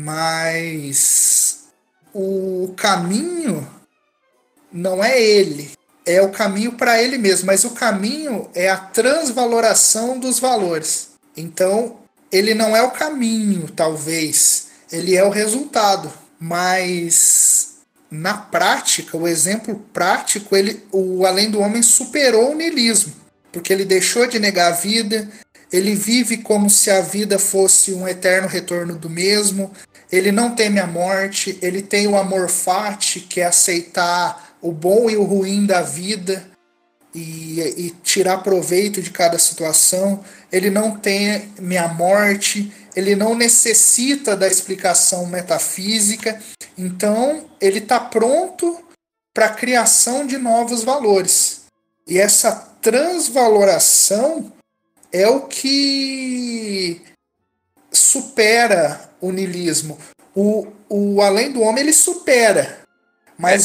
mas o caminho não é ele, é o caminho para ele mesmo, mas o caminho é a transvaloração dos valores. Então, ele não é o caminho, talvez, ele é o resultado, mas na prática, o exemplo prático, o além do homem superou o niilismo. Porque ele deixou de negar a vida, ele vive como se a vida fosse um eterno retorno do mesmo, ele não teme a morte, ele tem o amor fati, que é aceitar o bom e o ruim da vida e tirar proveito de cada situação, ele não teme a morte, ele não necessita da explicação metafísica, então ele está pronto para a criação de novos valores. E essa transvaloração é o que supera o niilismo. O além do homem ele supera, mas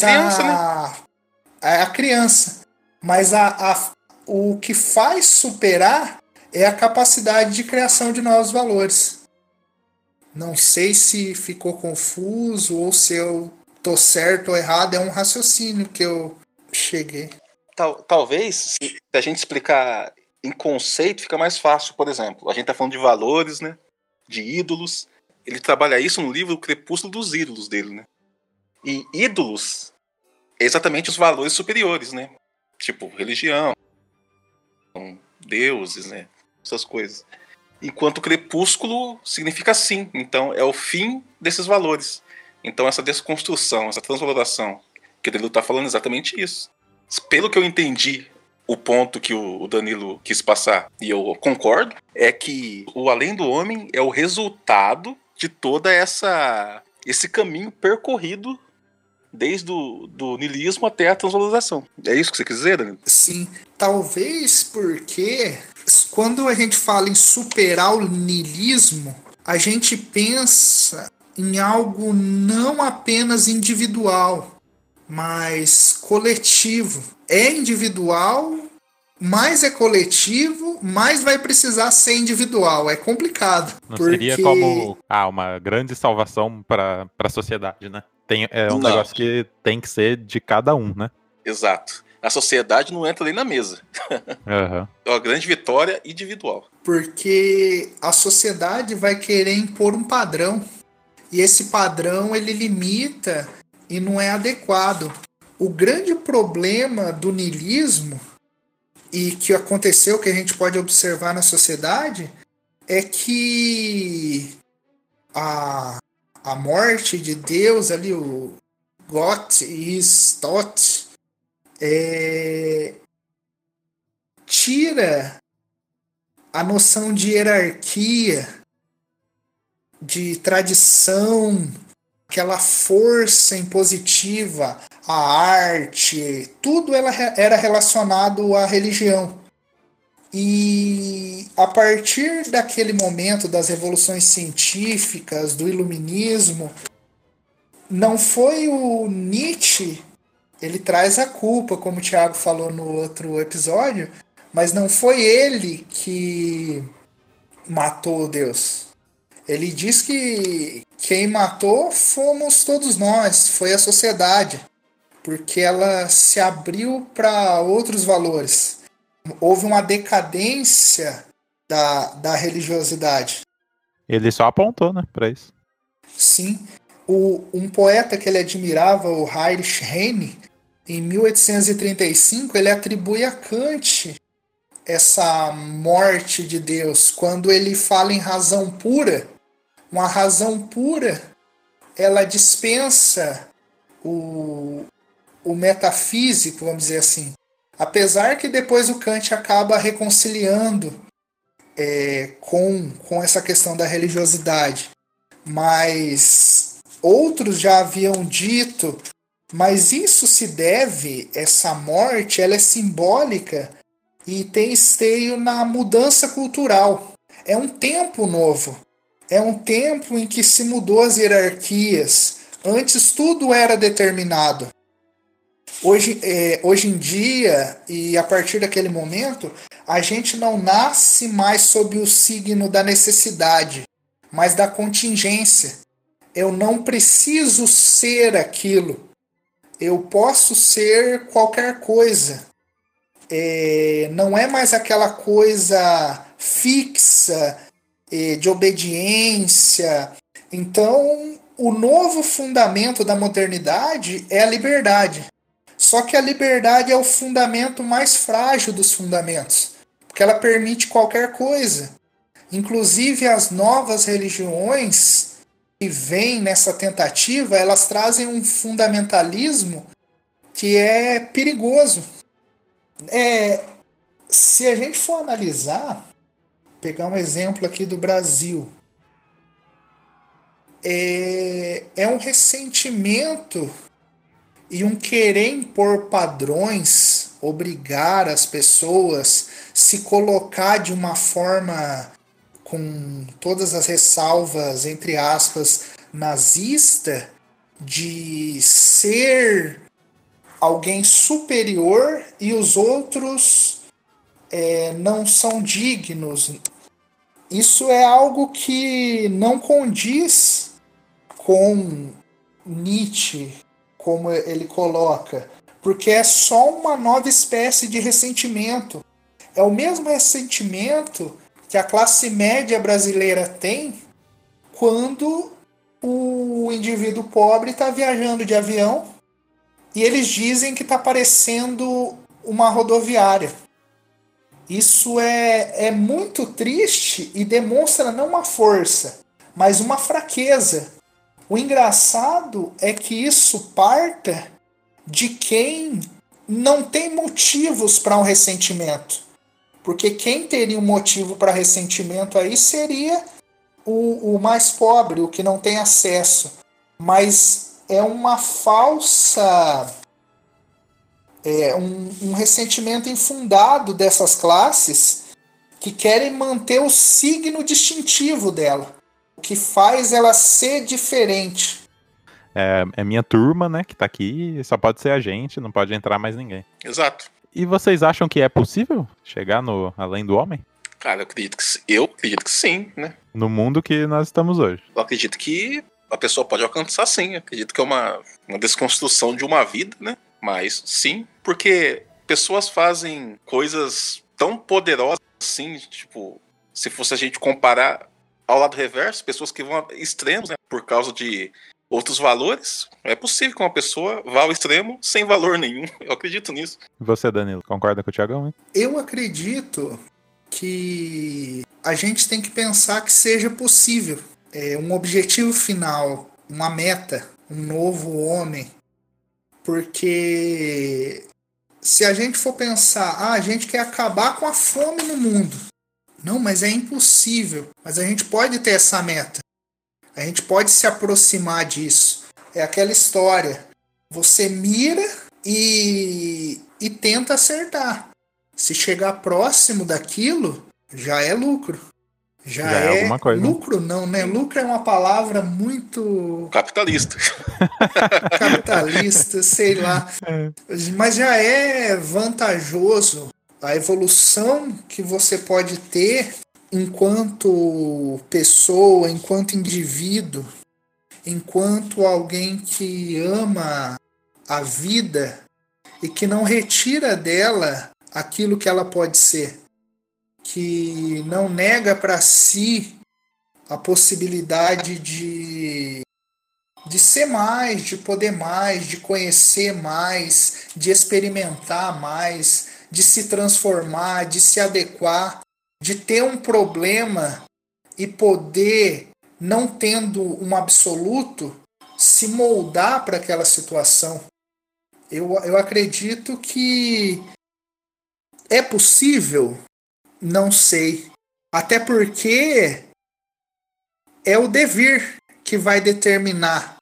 a criança, mas o que faz superar é a capacidade de criação de novos valores. Não sei se ficou confuso ou se eu tô certo ou errado, é um raciocínio que eu cheguei. Talvez, se a gente explicar em conceito, fica mais fácil. Por exemplo, a gente está falando de valores, né? De ídolos. Ele trabalha isso no livro O Crepúsculo dos Ídolos dele, né? E ídolos é exatamente os valores superiores, né? Tipo, religião, deuses, né? Essas coisas. Enquanto crepúsculo significa sim. Então, é o fim desses valores. Então, essa desconstrução, essa transvaloração que o Danilo está falando é exatamente isso. Pelo que eu entendi, o ponto que o Danilo quis passar, e eu concordo, é que o além do homem é o resultado de toda esse caminho percorrido desde do niilismo até a transvalorização. É isso que você quis dizer, Danilo? Sim, talvez porque quando a gente fala em superar o niilismo, a gente pensa em algo não apenas individual, mas coletivo. É individual, mais é coletivo, mais vai precisar ser individual. É complicado. Não seria como uma grande salvação para a sociedade, né? É um negócio que tem que ser de cada um, né? Exato. A sociedade não entra nem na mesa. Uhum. É uma grande vitória individual. Porque a sociedade vai querer impor um padrão. E esse padrão ele limita e não é adequado. O grande problema do niilismo e que aconteceu, que a gente pode observar na sociedade, é que a morte de Deus ali, o Gott ist tot, tira a noção de hierarquia, de tradição, aquela força impositiva, a arte, tudo era relacionado à religião. E a partir daquele momento das revoluções científicas, do iluminismo, não foi o Nietzsche, ele traz a culpa, como o Thiago falou no outro episódio, mas não foi ele que matou Deus. Ele diz que quem matou fomos todos nós, foi a sociedade, porque ela se abriu para outros valores. Houve uma decadência da religiosidade. Ele só apontou, né, pra isso. Sim. Um poeta que ele admirava, o Heinrich Heine, em 1835, ele atribui a Kant essa morte de Deus, quando ele fala em razão pura. Uma razão pura, ela dispensa o metafísico, vamos dizer assim. Apesar que depois o Kant acaba reconciliando com essa questão da religiosidade. Mas outros já haviam dito, mas isso se deve, essa morte, ela é simbólica e tem esteio na mudança cultural. É um tempo novo. É um tempo em que se mudou as hierarquias. Antes tudo era determinado. Hoje em dia, e a partir daquele momento, a gente não nasce mais sob o signo da necessidade, mas da contingência. Eu não preciso ser aquilo. Eu posso ser qualquer coisa. Não é mais aquela coisa fixa, de obediência. Então, o novo fundamento da modernidade é a liberdade. Só que a liberdade é o fundamento mais frágil dos fundamentos, porque ela permite qualquer coisa. Inclusive as novas religiões que vêm nessa tentativa, elas trazem um fundamentalismo que é perigoso. Se a gente for analisar, pegar um exemplo aqui do Brasil, é um ressentimento e um querer impor padrões, obrigar as pessoas se colocar de uma forma, com todas as ressalvas, entre aspas, nazista, de ser alguém superior e os outros não são dignos. Isso é algo que não condiz com Nietzsche, como ele coloca, porque é só uma nova espécie de ressentimento. É o mesmo ressentimento que a classe média brasileira tem quando o indivíduo pobre está viajando de avião e eles dizem que está parecendo uma rodoviária. Isso é muito triste e demonstra não uma força, mas uma fraqueza. O engraçado é que isso parta de quem não tem motivos para um ressentimento. Porque quem teria um motivo para ressentimento aí seria o mais pobre, o que não tem acesso. Mas é uma falsa... um ressentimento infundado dessas classes que querem manter o signo distintivo dela, o que faz ela ser diferente. É minha turma, né, que tá aqui, só pode ser a gente, não pode entrar mais ninguém. Exato. E vocês acham que é possível chegar no além do homem? Cara, eu acredito que sim, né? No mundo que nós estamos hoje. Eu acredito que a pessoa pode alcançar sim. Eu acredito que é uma desconstrução de uma vida, né? Mas sim, porque pessoas fazem coisas tão poderosas assim, tipo, se fosse a gente comparar ao lado reverso, pessoas que vão a extremos, né? Por causa de outros valores, é possível que uma pessoa vá ao extremo sem valor nenhum. Eu acredito nisso. E você, Danilo, concorda com o Thiagão, hein? Eu acredito que a gente tem que pensar que seja possível. Um objetivo final, uma meta, um novo homem. Porque se a gente for pensar, a gente quer acabar com a fome no mundo. Não, mas é impossível. Mas a gente pode ter essa meta. A gente pode se aproximar disso. É aquela história. Você mira e tenta acertar. Se chegar próximo daquilo, já é lucro. Já é alguma coisa. Lucro não, né? Lucro é uma palavra muito Capitalista. capitalista, sei lá. Mas já é vantajoso a evolução que você pode ter enquanto pessoa, enquanto indivíduo, enquanto alguém que ama a vida e que não retira dela aquilo que ela pode ser, que não nega para si a possibilidade de ser mais, de poder mais, de conhecer mais, de experimentar mais, de se transformar, de se adequar, de ter um problema e poder, não tendo um absoluto, se moldar para aquela situação. Eu acredito que é possível, não sei. Até porque é o devir que vai determinar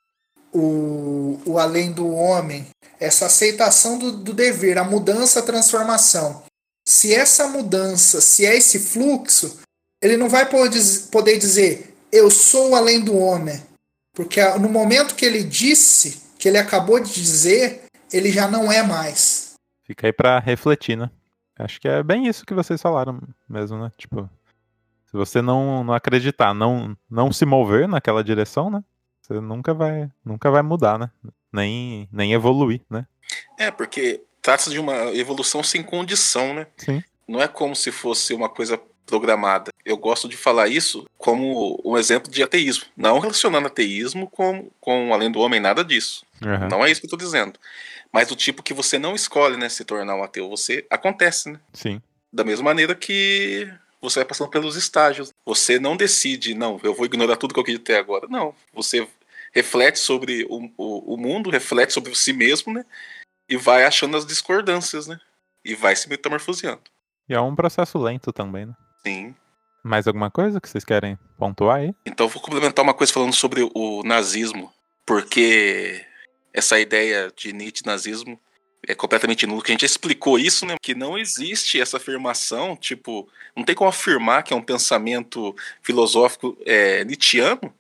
o além do homem, essa aceitação do dever, a mudança, a transformação. Se essa mudança, se é esse fluxo, ele não vai poder dizer eu sou o além do homem, porque no momento que ele disse, que ele acabou de dizer, ele já não é mais. Fica aí pra refletir, né? Acho que é bem isso que vocês falaram mesmo, né? Tipo, se você não acreditar, não se mover naquela direção, né? Você nunca vai mudar, né? Nem evoluir, né? Porque trata-se de uma evolução sem condição, né? Sim. Não é como se fosse uma coisa programada. Eu gosto de falar isso como um exemplo de ateísmo. Não relacionando ateísmo com além do homem, nada disso. Uhum. Não é isso que eu estou dizendo. Mas do tipo que você não escolhe, né, se tornar um ateu. Acontece, né? Sim. Da mesma maneira que você vai passando pelos estágios. Você não decide, não, eu vou ignorar tudo que eu acreditei agora. Não, você reflete sobre o mundo, reflete sobre si mesmo, né? E vai achando as discordâncias, né? E vai se metamorfoseando. E é um processo lento também, né? Sim. Mais alguma coisa que vocês querem pontuar aí? Então eu vou complementar uma coisa falando sobre o nazismo, porque essa ideia de Nietzsche nazismo é completamente nulo, que a gente explicou isso, né? Que não existe essa afirmação, tipo, não tem como afirmar que é um pensamento filosófico nietzschiano,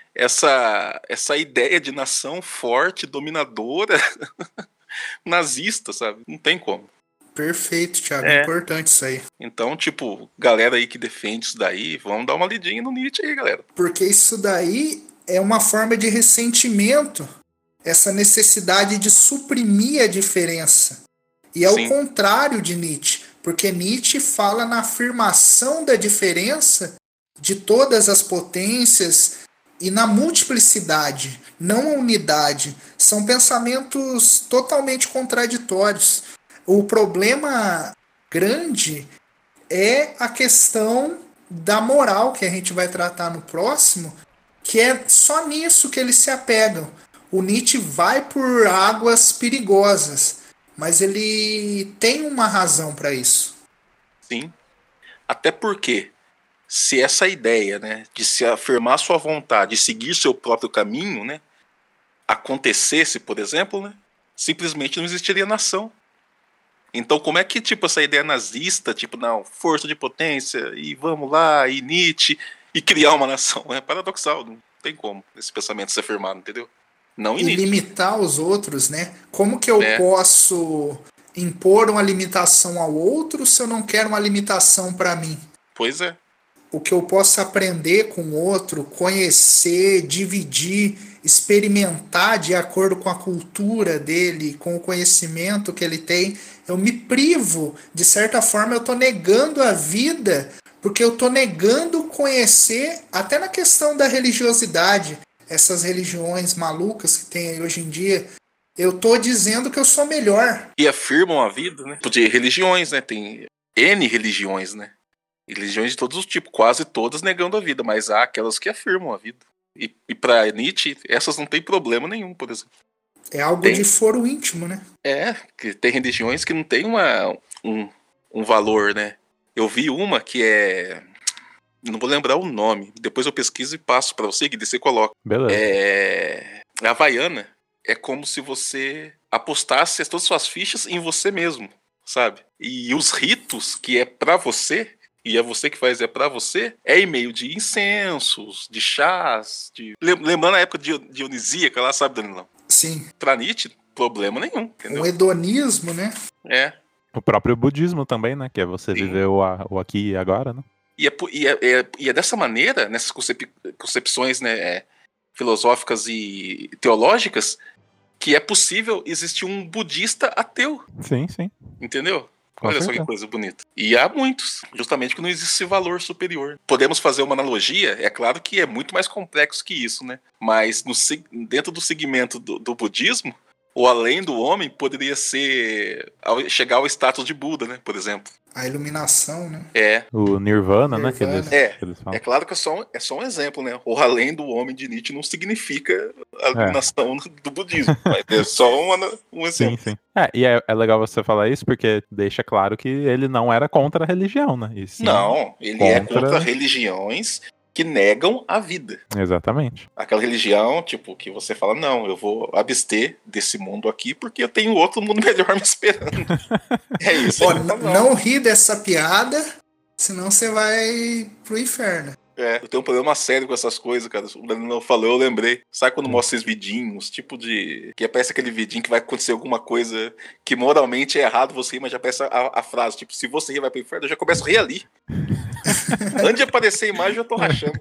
essa ideia de nação forte, dominadora, nazista, sabe? Não tem como. Perfeito, Thiago. Importante isso aí. Então, tipo, galera aí que defende isso daí, vamos dar uma lidinha no Nietzsche aí, galera. Porque isso daí é uma forma de ressentimento, essa necessidade de suprimir a diferença. E é o contrário de Nietzsche, porque Nietzsche fala na afirmação da diferença de todas as potências e na multiplicidade, não a unidade. São pensamentos totalmente contraditórios. O problema grande é a questão da moral, que a gente vai tratar no próximo, que é só nisso que eles se apegam. O Nietzsche vai por águas perigosas, mas ele tem uma razão para isso. Sim. Até porque, se essa ideia, né, de se afirmar sua vontade, de seguir seu próprio caminho, né, acontecesse, por exemplo, né, simplesmente não existiria nação. Então, como é que, tipo, essa ideia nazista, tipo, não, força de potência, e vamos lá, e Nietzsche, e criar uma nação? É paradoxal, não tem como esse pensamento ser afirmado, entendeu? Não e limitar os outros, né? Como que eu posso impor uma limitação ao outro se eu não quero uma limitação para mim? Pois é. O que eu posso aprender com o outro, conhecer, dividir, experimentar de acordo com a cultura dele, com o conhecimento que ele tem, eu me privo, de certa forma eu estou negando a vida, porque eu estou negando conhecer, até na questão da religiosidade. essas religiões malucas que tem aí hoje em dia. Eu tô dizendo que eu sou melhor. E afirmam a vida, né? De religiões, né? Tem N religiões, né? Religiões de todos os tipos, quase todas negando a vida, mas há aquelas que afirmam a vida. E para Nietzsche, essas não tem problema nenhum, por exemplo. É algo de foro íntimo, né? Que tem religiões que não tem um valor, né? Eu vi uma que é... Não vou lembrar o nome. Depois eu pesquiso e passo para você, que você coloca. Beleza. A Havaiana é como se você apostasse todas as suas fichas em você mesmo, sabe? E os ritos que é para você... E é você que faz, é pra você, é em meio de incensos, de chás, lembrando a época dionisíaca lá, sabe, Danilão? Sim. Pra Nietzsche, problema nenhum, entendeu? Um hedonismo, né? O próprio budismo também, né? Que é você viver o aqui e agora, né? E é dessa maneira, nessas concepções, né, filosóficas e teológicas, que é possível existir um budista ateu. Sim, sim. Entendeu? Com Olha só certeza. que coisa bonita. E há muitos, justamente que não existe esse valor superior. Podemos fazer uma analogia, é claro que é muito mais complexo que isso, né? Mas dentro do segmento do budismo, o além do homem poderia chegar ao status de Buda, né? Por exemplo. A iluminação, né? O Nirvana, né? Que eles falam. É claro que é só um exemplo, né? O além do homem de Nietzsche não significa a iluminação do budismo. Mas é só um exemplo. Sim, sim. E é legal você falar isso porque deixa claro que ele não era contra a religião, né? E sim, não, ele é contra religiões que negam a vida. Exatamente. Aquela religião, tipo, que você fala, não, eu vou abster desse mundo aqui porque eu tenho outro mundo melhor me esperando. É isso. Não ri dessa piada, senão você vai pro inferno. Eu tenho um problema sério com essas coisas, cara. O Danilo falou, eu lembrei. Sabe quando mostra esses vidinhos, tipo de... Que aparece aquele vidinho que vai acontecer alguma coisa que moralmente é errado você rir, mas já aparece a frase, tipo, se você rir vai pro inferno, eu já começo a rir ali. Antes de aparecer a imagem, eu já tô rachando.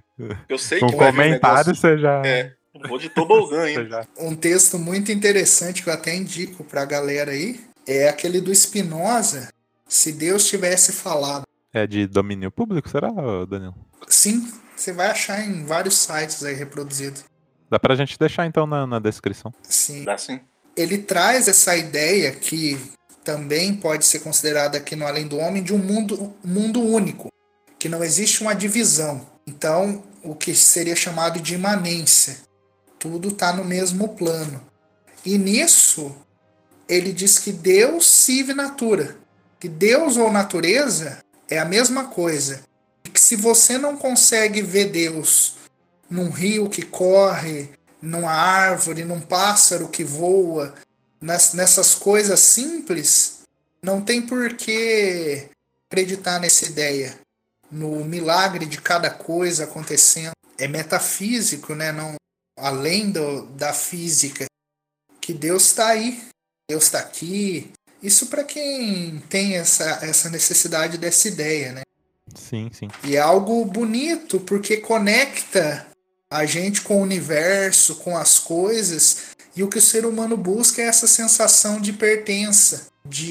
Eu sei que vai vir um negócio... você já... vou de tobogã ainda. Um texto muito interessante que eu até indico pra galera aí é aquele do Spinoza, Se Deus Tivesse Falado. É de domínio público, será, Danilo? Sim, você vai achar em vários sites aí reproduzido. Dá pra gente deixar então na descrição. Sim. Dá sim. Ele traz essa ideia que também pode ser considerada aqui no Além do Homem de um mundo único, que não existe uma divisão. Então, o que seria chamado de imanência. Tudo está no mesmo plano. E nisso, ele diz que Deus sive natura. Que Deus ou natureza é a mesma coisa. E que se você não consegue ver Deus num rio que corre, numa árvore, num pássaro que voa, nessas coisas simples, não tem por que acreditar nessa ideia. No milagre de cada coisa acontecendo. É metafísico, né? Não, além da física. Que Deus está aí. Deus está aqui. Isso para quem tem essa necessidade dessa ideia, né? Sim, sim. E é algo bonito, porque conecta a gente com o universo, com as coisas, e o que o ser humano busca é essa sensação de pertença,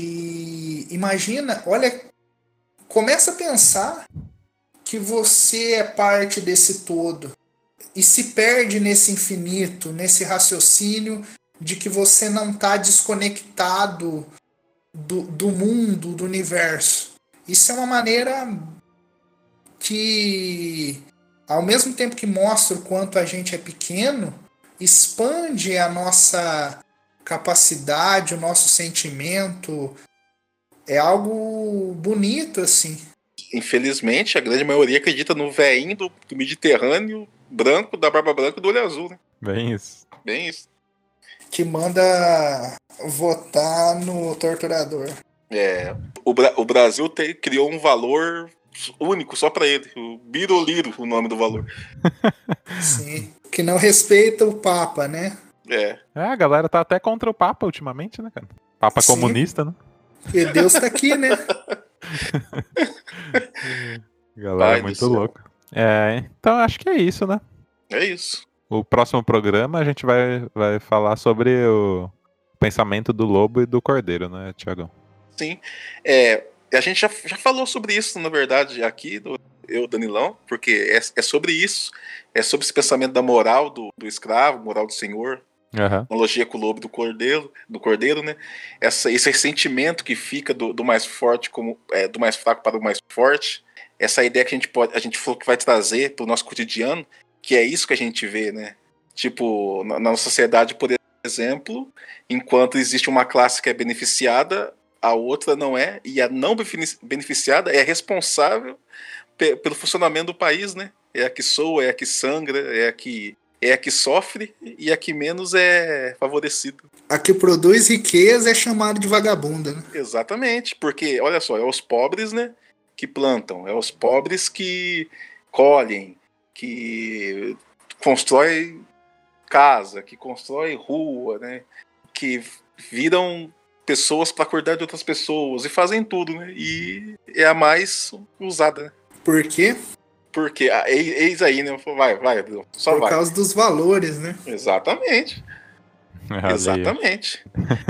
imagina, olha, começa a pensar que você é parte desse todo, e se perde nesse infinito, nesse raciocínio de que você não está desconectado do mundo, do universo. Isso é uma maneira que, ao mesmo tempo que mostra o quanto a gente é pequeno, expande a nossa capacidade, o nosso sentimento. É algo bonito, assim. Infelizmente, a grande maioria acredita no velhinho do Mediterrâneo, branco, da barba branca e do olho azul, né? Bem isso. Bem isso. Que manda votar no torturador. O Brasil criou um valor único só pra ele. O Biroliro, o nome do valor. Sim. Que não respeita o Papa, né? A galera tá até contra o Papa ultimamente, né, cara? Papa Sim. Comunista, né? E Deus tá aqui, né? Galera é muito louca. Então acho que é isso, né? É isso. O próximo programa a gente vai falar sobre o pensamento do lobo e do cordeiro, né, Tiagão? Sim. A gente já falou sobre isso, na verdade, aqui. eu, Danilão, porque é sobre isso. É sobre esse pensamento da moral do escravo, moral do senhor. Analogia com o lobo do cordeiro, né? Esse ressentimento que fica do mais forte do mais fraco para o mais forte. Essa ideia que a gente falou que vai trazer para o nosso cotidiano, que é isso que a gente vê, né? Tipo, na nossa sociedade, por exemplo, enquanto existe uma classe que é beneficiada, a outra não é, e a não beneficiada é responsável pelo funcionamento do país, né? É a que soa, é a que sangra, é a que sofre e a que menos é favorecida. A que produz riqueza é chamada de vagabunda, né? Exatamente, porque, olha só, é os pobres, né, que plantam, é os pobres que colhem, que constroem casa, que constrói rua, né? Que viram pessoas para cuidar de outras pessoas e fazem tudo, né? E é a mais usada, né? Por quê? Porque, eis aí, né? Vai, só vai. Por causa dos valores, né? Exatamente. Exatamente.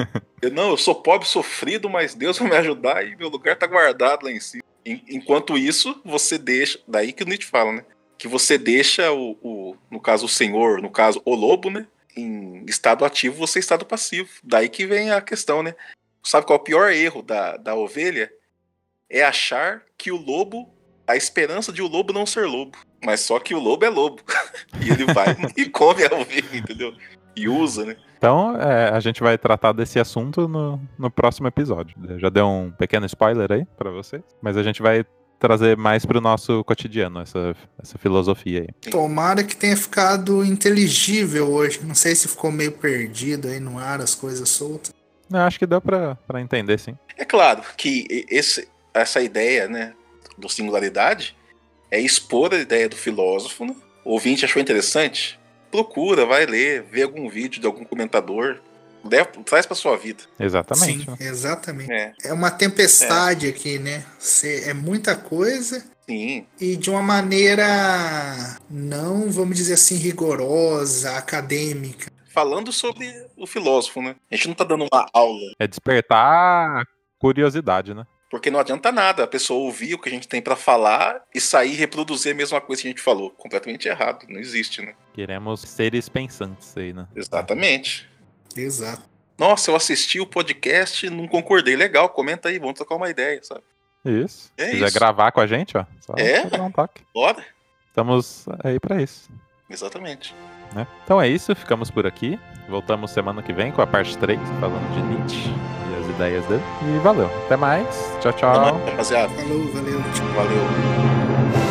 Eu sou pobre, sofrido, mas Deus vai me ajudar e meu lugar tá guardado lá em cima. Enquanto isso, você deixa, daí que o Nietzsche fala, né? Que você deixa no caso o senhor, no caso o lobo, né? Em estado ativo, você em estado passivo. Daí que vem a questão, né? Sabe qual é o pior erro da ovelha? É achar que o lobo, a esperança de o lobo não ser lobo. Mas só que o lobo é lobo. E ele vai e come a ovelha, entendeu? E usa, né? Então, a gente vai tratar desse assunto no próximo episódio. Já deu um pequeno spoiler aí pra vocês, mas a gente vai trazer mais pro nosso cotidiano essa filosofia aí. Tomara que tenha ficado inteligível hoje. Não sei se ficou meio perdido aí no ar, as coisas soltas. Eu acho que deu pra entender, sim. É claro que essa ideia, né, do singularidade é expor a ideia do filósofo, né? O ouvinte achou interessante? Procura, vai ler, vê algum vídeo de algum comentador, traz pra sua vida. Exatamente. Sim, né? exatamente. É uma tempestade aqui, né? É muita coisa. Sim. E de uma maneira não, vamos dizer assim, rigorosa, acadêmica. Falando sobre o filósofo, né? A gente não tá dando uma aula. É despertar curiosidade, né? Porque não adianta nada a pessoa ouvir o que a gente tem pra falar e sair e reproduzir a mesma coisa que a gente falou. Completamente errado. Não existe, né? Queremos seres pensantes aí, né? Exatamente. Exato. Nossa, eu assisti o podcast e não concordei. Legal, comenta aí, vamos trocar uma ideia, sabe? Isso. É Se quiser isso. gravar com a gente, ó, só dar um toque. Bora. Estamos aí pra isso. Exatamente. Né? Então é isso, ficamos por aqui. Voltamos semana que vem com a parte 3, falando de Nietzsche e as ideias dele. E valeu. Até mais. Tchau, tchau. Até mais, rapaziada. Falou, valeu. Valeu.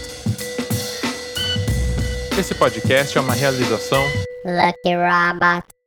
Esse podcast é uma realização Lucky Robot.